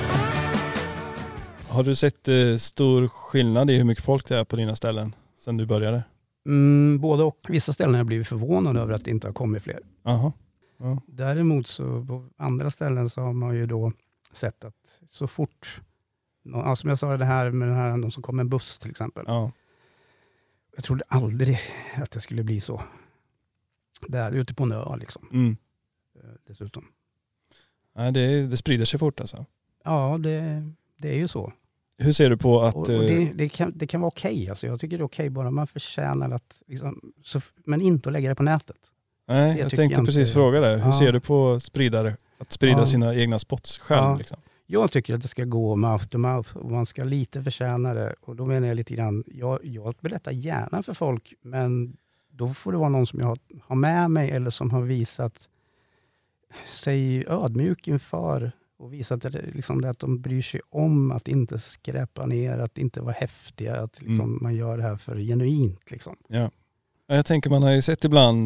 Speaker 1: Har du sett stor skillnad i hur mycket folk det är på dina ställen sedan du började?
Speaker 2: Både och. Vissa ställen har jag blivit förvånad över att det inte har kommit fler.
Speaker 1: Aha. Ja.
Speaker 2: Däremot så på andra ställen så har man ju då sett att så fort, som jag sa det här med någon som kom med en buss till exempel.
Speaker 1: Ja.
Speaker 2: Jag trodde aldrig att det skulle bli så. Där ute på en ö liksom. Dessutom.
Speaker 1: Nej, det sprider sig fort alltså.
Speaker 2: Ja, det är ju så.
Speaker 1: Hur ser du på att...
Speaker 2: Och det kan vara okej. Alltså. Jag tycker det är okej bara man förtjänar att... Liksom, men inte att lägga det på nätet.
Speaker 1: Nej, jag tänkte precis fråga det. Hur ser du på att sprida sina egna spots själv?
Speaker 2: Ja.
Speaker 1: Liksom?
Speaker 2: Jag tycker att det ska gå mouth to mouth och man ska lite förtjäna det. Och då menar jag lite grann, jag berättar gärna för folk, men då får det vara någon som jag har med mig eller som har visat sig ödmjuk inför och visat att, liksom, att de bryr sig om att inte skräpa ner, att inte vara häftiga, att liksom, man gör det här för genuint. Liksom.
Speaker 1: Ja. Jag tänker man har ju sett ibland,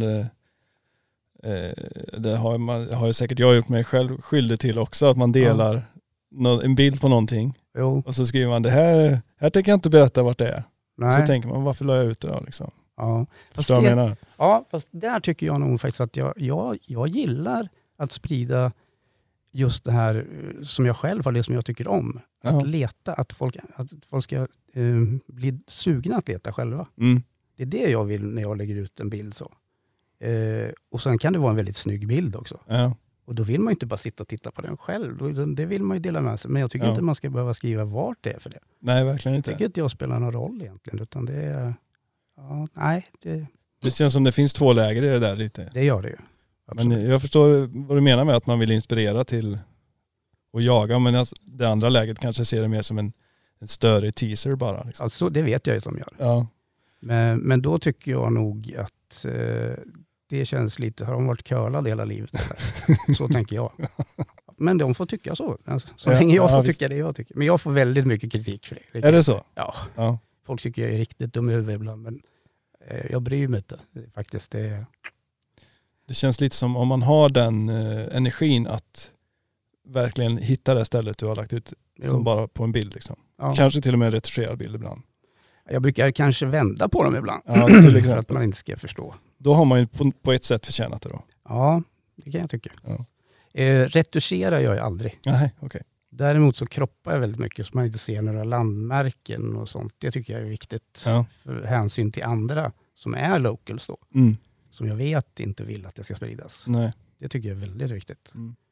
Speaker 1: det har ju säkert jag gjort mig själv skyldig till också, att man delar en bild på någonting.
Speaker 2: Jo.
Speaker 1: Och så skriver man det här tänker jag inte berätta vart det är.
Speaker 2: Nej.
Speaker 1: Så tänker man, varför la jag ut det då liksom?
Speaker 2: Ja. Fast där tycker jag nog faktiskt att jag gillar att sprida just det här som jag själv har, det som jag tycker om. Att leta, att folk ska bli sugna att leta själva. Mm. Det är det jag vill när jag lägger ut en bild så. Och sen kan det vara en väldigt snygg bild också. Ja. Och då vill man ju inte bara sitta och titta på den själv. Det vill man ju dela med sig. Men jag tycker inte man ska behöva skriva vart det är för det.
Speaker 1: Nej, verkligen inte.
Speaker 2: Jag tycker inte jag spelar någon roll egentligen. Utan det är... Ja, nej.
Speaker 1: Det känns som det finns två läger i det där lite.
Speaker 2: Det gör det ju. Absolut.
Speaker 1: Men jag förstår vad du menar med att man vill inspirera till att jaga. Men alltså, det andra läget kanske ser det mer som en större teaser bara. Liksom.
Speaker 2: Alltså, det vet jag ju att de gör.
Speaker 1: Ja.
Speaker 2: Men då tycker jag nog att det känns lite, har de varit curlade hela livet? Så tänker jag. Men de får tycka så. Alltså, så länge jag får tycka det jag tycker. Men jag får väldigt mycket kritik för det.
Speaker 1: Är det så?
Speaker 2: Ja. Folk tycker jag är riktigt dum i huvudet ibland. Men jag bryr mig inte. Faktiskt
Speaker 1: det känns lite som om man har den energin att verkligen hitta det stället du har lagt ut som bara på en bild. Liksom. Ja. Kanske till och med en retuscherad bild ibland. Jag
Speaker 2: brukar kanske vända på dem ibland.
Speaker 1: Ja, till
Speaker 2: för att man inte ska förstå.
Speaker 1: Då har man ju på ett sätt förtjänat det då.
Speaker 2: Ja, det kan jag tycka. Ja. Retuscherar jag aldrig.
Speaker 1: Nej, okay.
Speaker 2: Däremot så kroppar jag väldigt mycket så man inte ser några landmärken och sånt. Det tycker jag är viktigt för hänsyn till andra som är locals då. Mm. Som jag vet inte vill att det ska spridas.
Speaker 1: Nej.
Speaker 2: Det tycker jag är väldigt viktigt.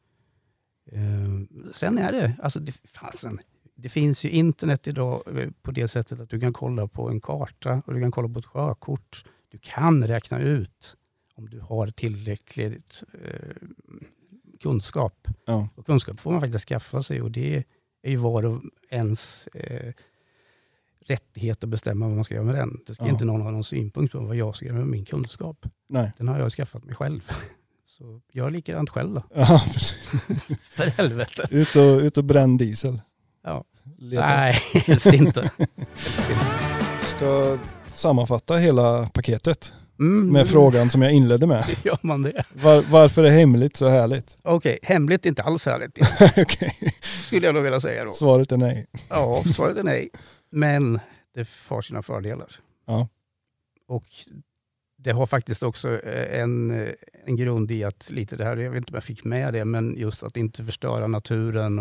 Speaker 2: Sen är det, alltså det finns ju internet idag på det sättet att du kan kolla på en karta och du kan kolla på ett sjökort. Du kan räkna ut om du har tillräckligt kunskap. Ja. Och kunskap får man faktiskt skaffa sig och det är ju var och ens rättighet att bestämma vad man ska göra med den. Det ska inte någon ha någon synpunkt på vad jag ska göra med min kunskap. Nej. Den har jag skaffat mig själv. Så gör likadant själv då. Ja, för helvete.
Speaker 1: Ut och bränn diesel.
Speaker 2: Ja. Nej, helst inte.
Speaker 1: Jag ska sammanfatta hela paketet med frågan som jag inledde med.
Speaker 2: Gör man det?
Speaker 1: Varför är hemligt så härligt?
Speaker 2: Okej, hemligt är inte alls härligt.
Speaker 1: Okay.
Speaker 2: Skulle jag nog vilja säga då.
Speaker 1: Svaret är nej.
Speaker 2: Ja, svaret är nej. Men det har sina fördelar. Ja. Och det har faktiskt också en grund i att lite det här, jag vet inte om jag fick med det, men just att inte förstöra naturen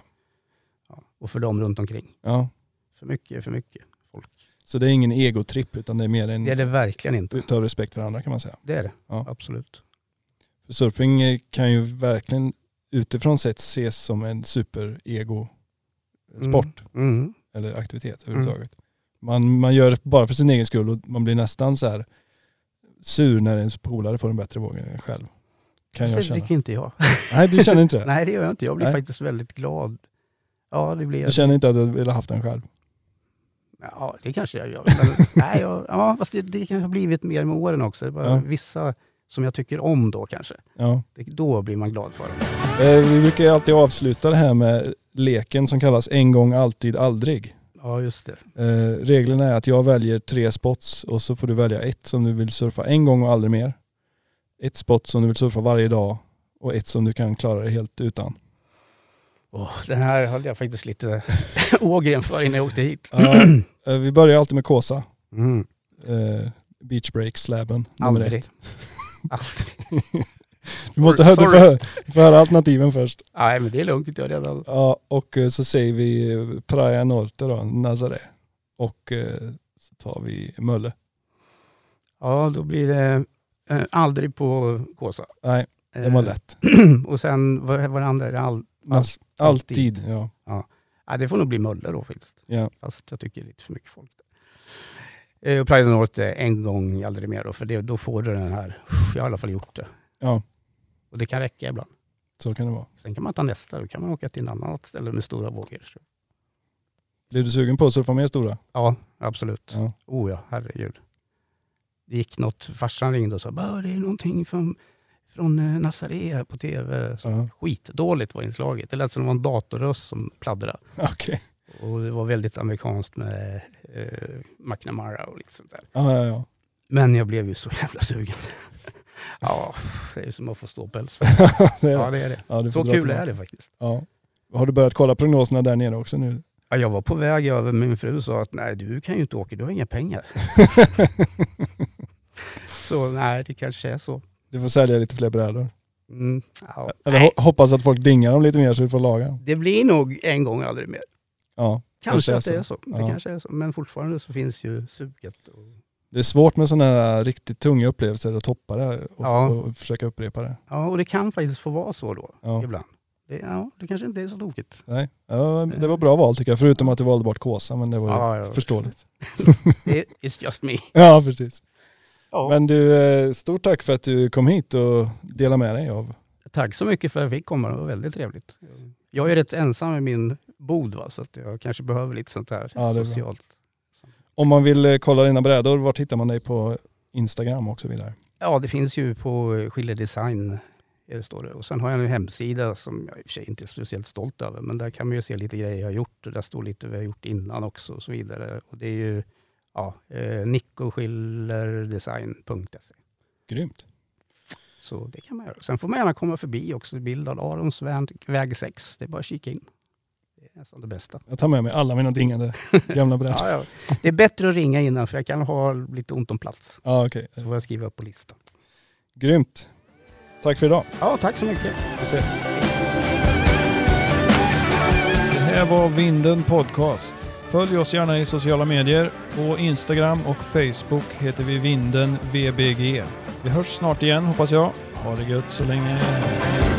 Speaker 2: och för dem runt omkring. Ja. För mycket folk.
Speaker 1: Så det är ingen egotripp utan det är mer en...
Speaker 2: Det är det verkligen inte.
Speaker 1: Ta respekt för andra kan man säga.
Speaker 2: Det är det, absolut.
Speaker 1: För surfing kan ju verkligen utifrån sett ses som en super-ego-sport. Eller aktivitet överhuvudtaget. Man gör det bara för sin egen skull och man blir nästan så här sur när ens polare får en bättre våg än själv. Kan jag känna.
Speaker 2: Det tycker inte jag.
Speaker 1: Nej, du känner inte det?
Speaker 2: Nej, det gör jag inte. Jag blir faktiskt väldigt glad. Ja, det blir...
Speaker 1: Du känner inte att du vill ha haft den själv?
Speaker 2: Ja, det kanske jag gör. Men, fast det kanske har blivit mer med åren också. Det är bara vissa som jag tycker om då kanske. Ja. Då blir man glad för det.
Speaker 1: Vi brukar ju alltid avsluta det här med leken som kallas en gång, alltid, aldrig.
Speaker 2: Ja, just det.
Speaker 1: Reglerna är att jag väljer 3 spots och så får du välja ett som du vill surfa en gång och aldrig mer. Ett spot som du vill surfa varje dag och ett som du kan klara dig helt utan.
Speaker 2: Den här hade jag faktiskt lite ågren för innan jag åkte hit.
Speaker 1: Vi börjar alltid med Kåsa. Beach break slabben nummer 1.
Speaker 2: Aldrig.
Speaker 1: Du måste höra alternativen först.
Speaker 2: Nej, men det är lugnt. Jag redan.
Speaker 1: Ja, och så säger vi Praia Norte då, Nazaré. Och så tar vi Mölle.
Speaker 2: Ja, då blir det aldrig på Kåsa.
Speaker 1: Nej, det var lätt.
Speaker 2: Och sen, vad det andra är det?
Speaker 1: Alltid, ja.
Speaker 2: Ja, det får nog bli Mölle då faktiskt.
Speaker 1: Ja.
Speaker 2: Fast jag tycker det är lite för mycket folk. Och Praia Norte en gång, aldrig mer då. För då får du den här, jag har i alla fall gjort det.
Speaker 1: Ja.
Speaker 2: Och det kan räcka ibland.
Speaker 1: Så kan det vara.
Speaker 2: Sen kan man ta nästa, då kan man åka till en annan ställe med stora vågor.
Speaker 1: Blir du sugen på att surfa med stora?
Speaker 2: Ja, absolut.
Speaker 1: Ja.
Speaker 2: Ja, herregud. Det gick något, farsan ringde och sa, det är någonting från Nazaré på tv. Skitdåligt var inslaget. Det lät som det var en datorröst som pladdrade.
Speaker 1: Okay.
Speaker 2: Och det var väldigt amerikanskt med McNamara och lite sånt där.
Speaker 1: Ja.
Speaker 2: Men jag blev ju så jävla sugen. Ja, det är som att få ståpäls. Det är det. Ja, så kul är det faktiskt.
Speaker 1: Ja. Har du börjat kolla prognoserna där nere också nu?
Speaker 2: Ja, jag var på väg över, min fru sa att nej, du kan ju inte åka, du har inga pengar. Så nej, det kanske är så.
Speaker 1: Du får sälja lite fler brädor.
Speaker 2: Ja,
Speaker 1: eller hoppas att folk dingar dem lite mer så du får laga.
Speaker 2: Det blir nog en gång aldrig mer.
Speaker 1: Ja,
Speaker 2: kanske att det är så. Det kanske är så. Men fortfarande så finns ju suget.
Speaker 1: Det är svårt med sådana här riktigt tunga upplevelser att toppa det och försöka upprepa det.
Speaker 2: Ja, och det kan faktiskt få vara så då ibland. Det kanske inte är så tokigt.
Speaker 1: Nej, det var bra val tycker jag. Förutom att du valde bort Kåsa, men det var förståeligt.
Speaker 2: It's just me.
Speaker 1: Ja, precis. Ja. Men du, stort tack för att du kom hit och delade med dig av.
Speaker 2: Tack så mycket för att jag fick komma. Det var väldigt trevligt. Jag är rätt ensam i min bod, så att jag kanske behöver lite sånt här socialt.
Speaker 1: Om man vill kolla dina brädor, vart hittar man dig på Instagram och så vidare? Ja,
Speaker 2: det finns ju på Schiller Design. Står det. Och sen har jag en hemsida som jag i och för sig inte är speciellt stolt över, men där kan man ju se lite grejer jag har gjort och där står lite vad jag har gjort innan också och så vidare. Och det är ju nickoschillerdesign.se.
Speaker 1: Grymt.
Speaker 2: Så det kan man göra. Sen får man gärna komma förbi också, bildad Arons väg 6. Det är bara att kika in. Det är nästan det bästa.
Speaker 1: Jag tar med mig alla mina dingande gamla brädor.
Speaker 2: Ja. Det är bättre att ringa innan för jag kan ha lite ont om plats.
Speaker 1: Ja, okej.
Speaker 2: Så får jag skriva upp på listan.
Speaker 1: Grymt. Tack för idag.
Speaker 2: Ja, tack så mycket.
Speaker 1: Vi ses.
Speaker 3: Det här var Vinden Podcast. Följ oss gärna i sociala medier. På Instagram och Facebook heter vi Vinden VBG. Vi hörs snart igen hoppas jag. Ha det gött så länge.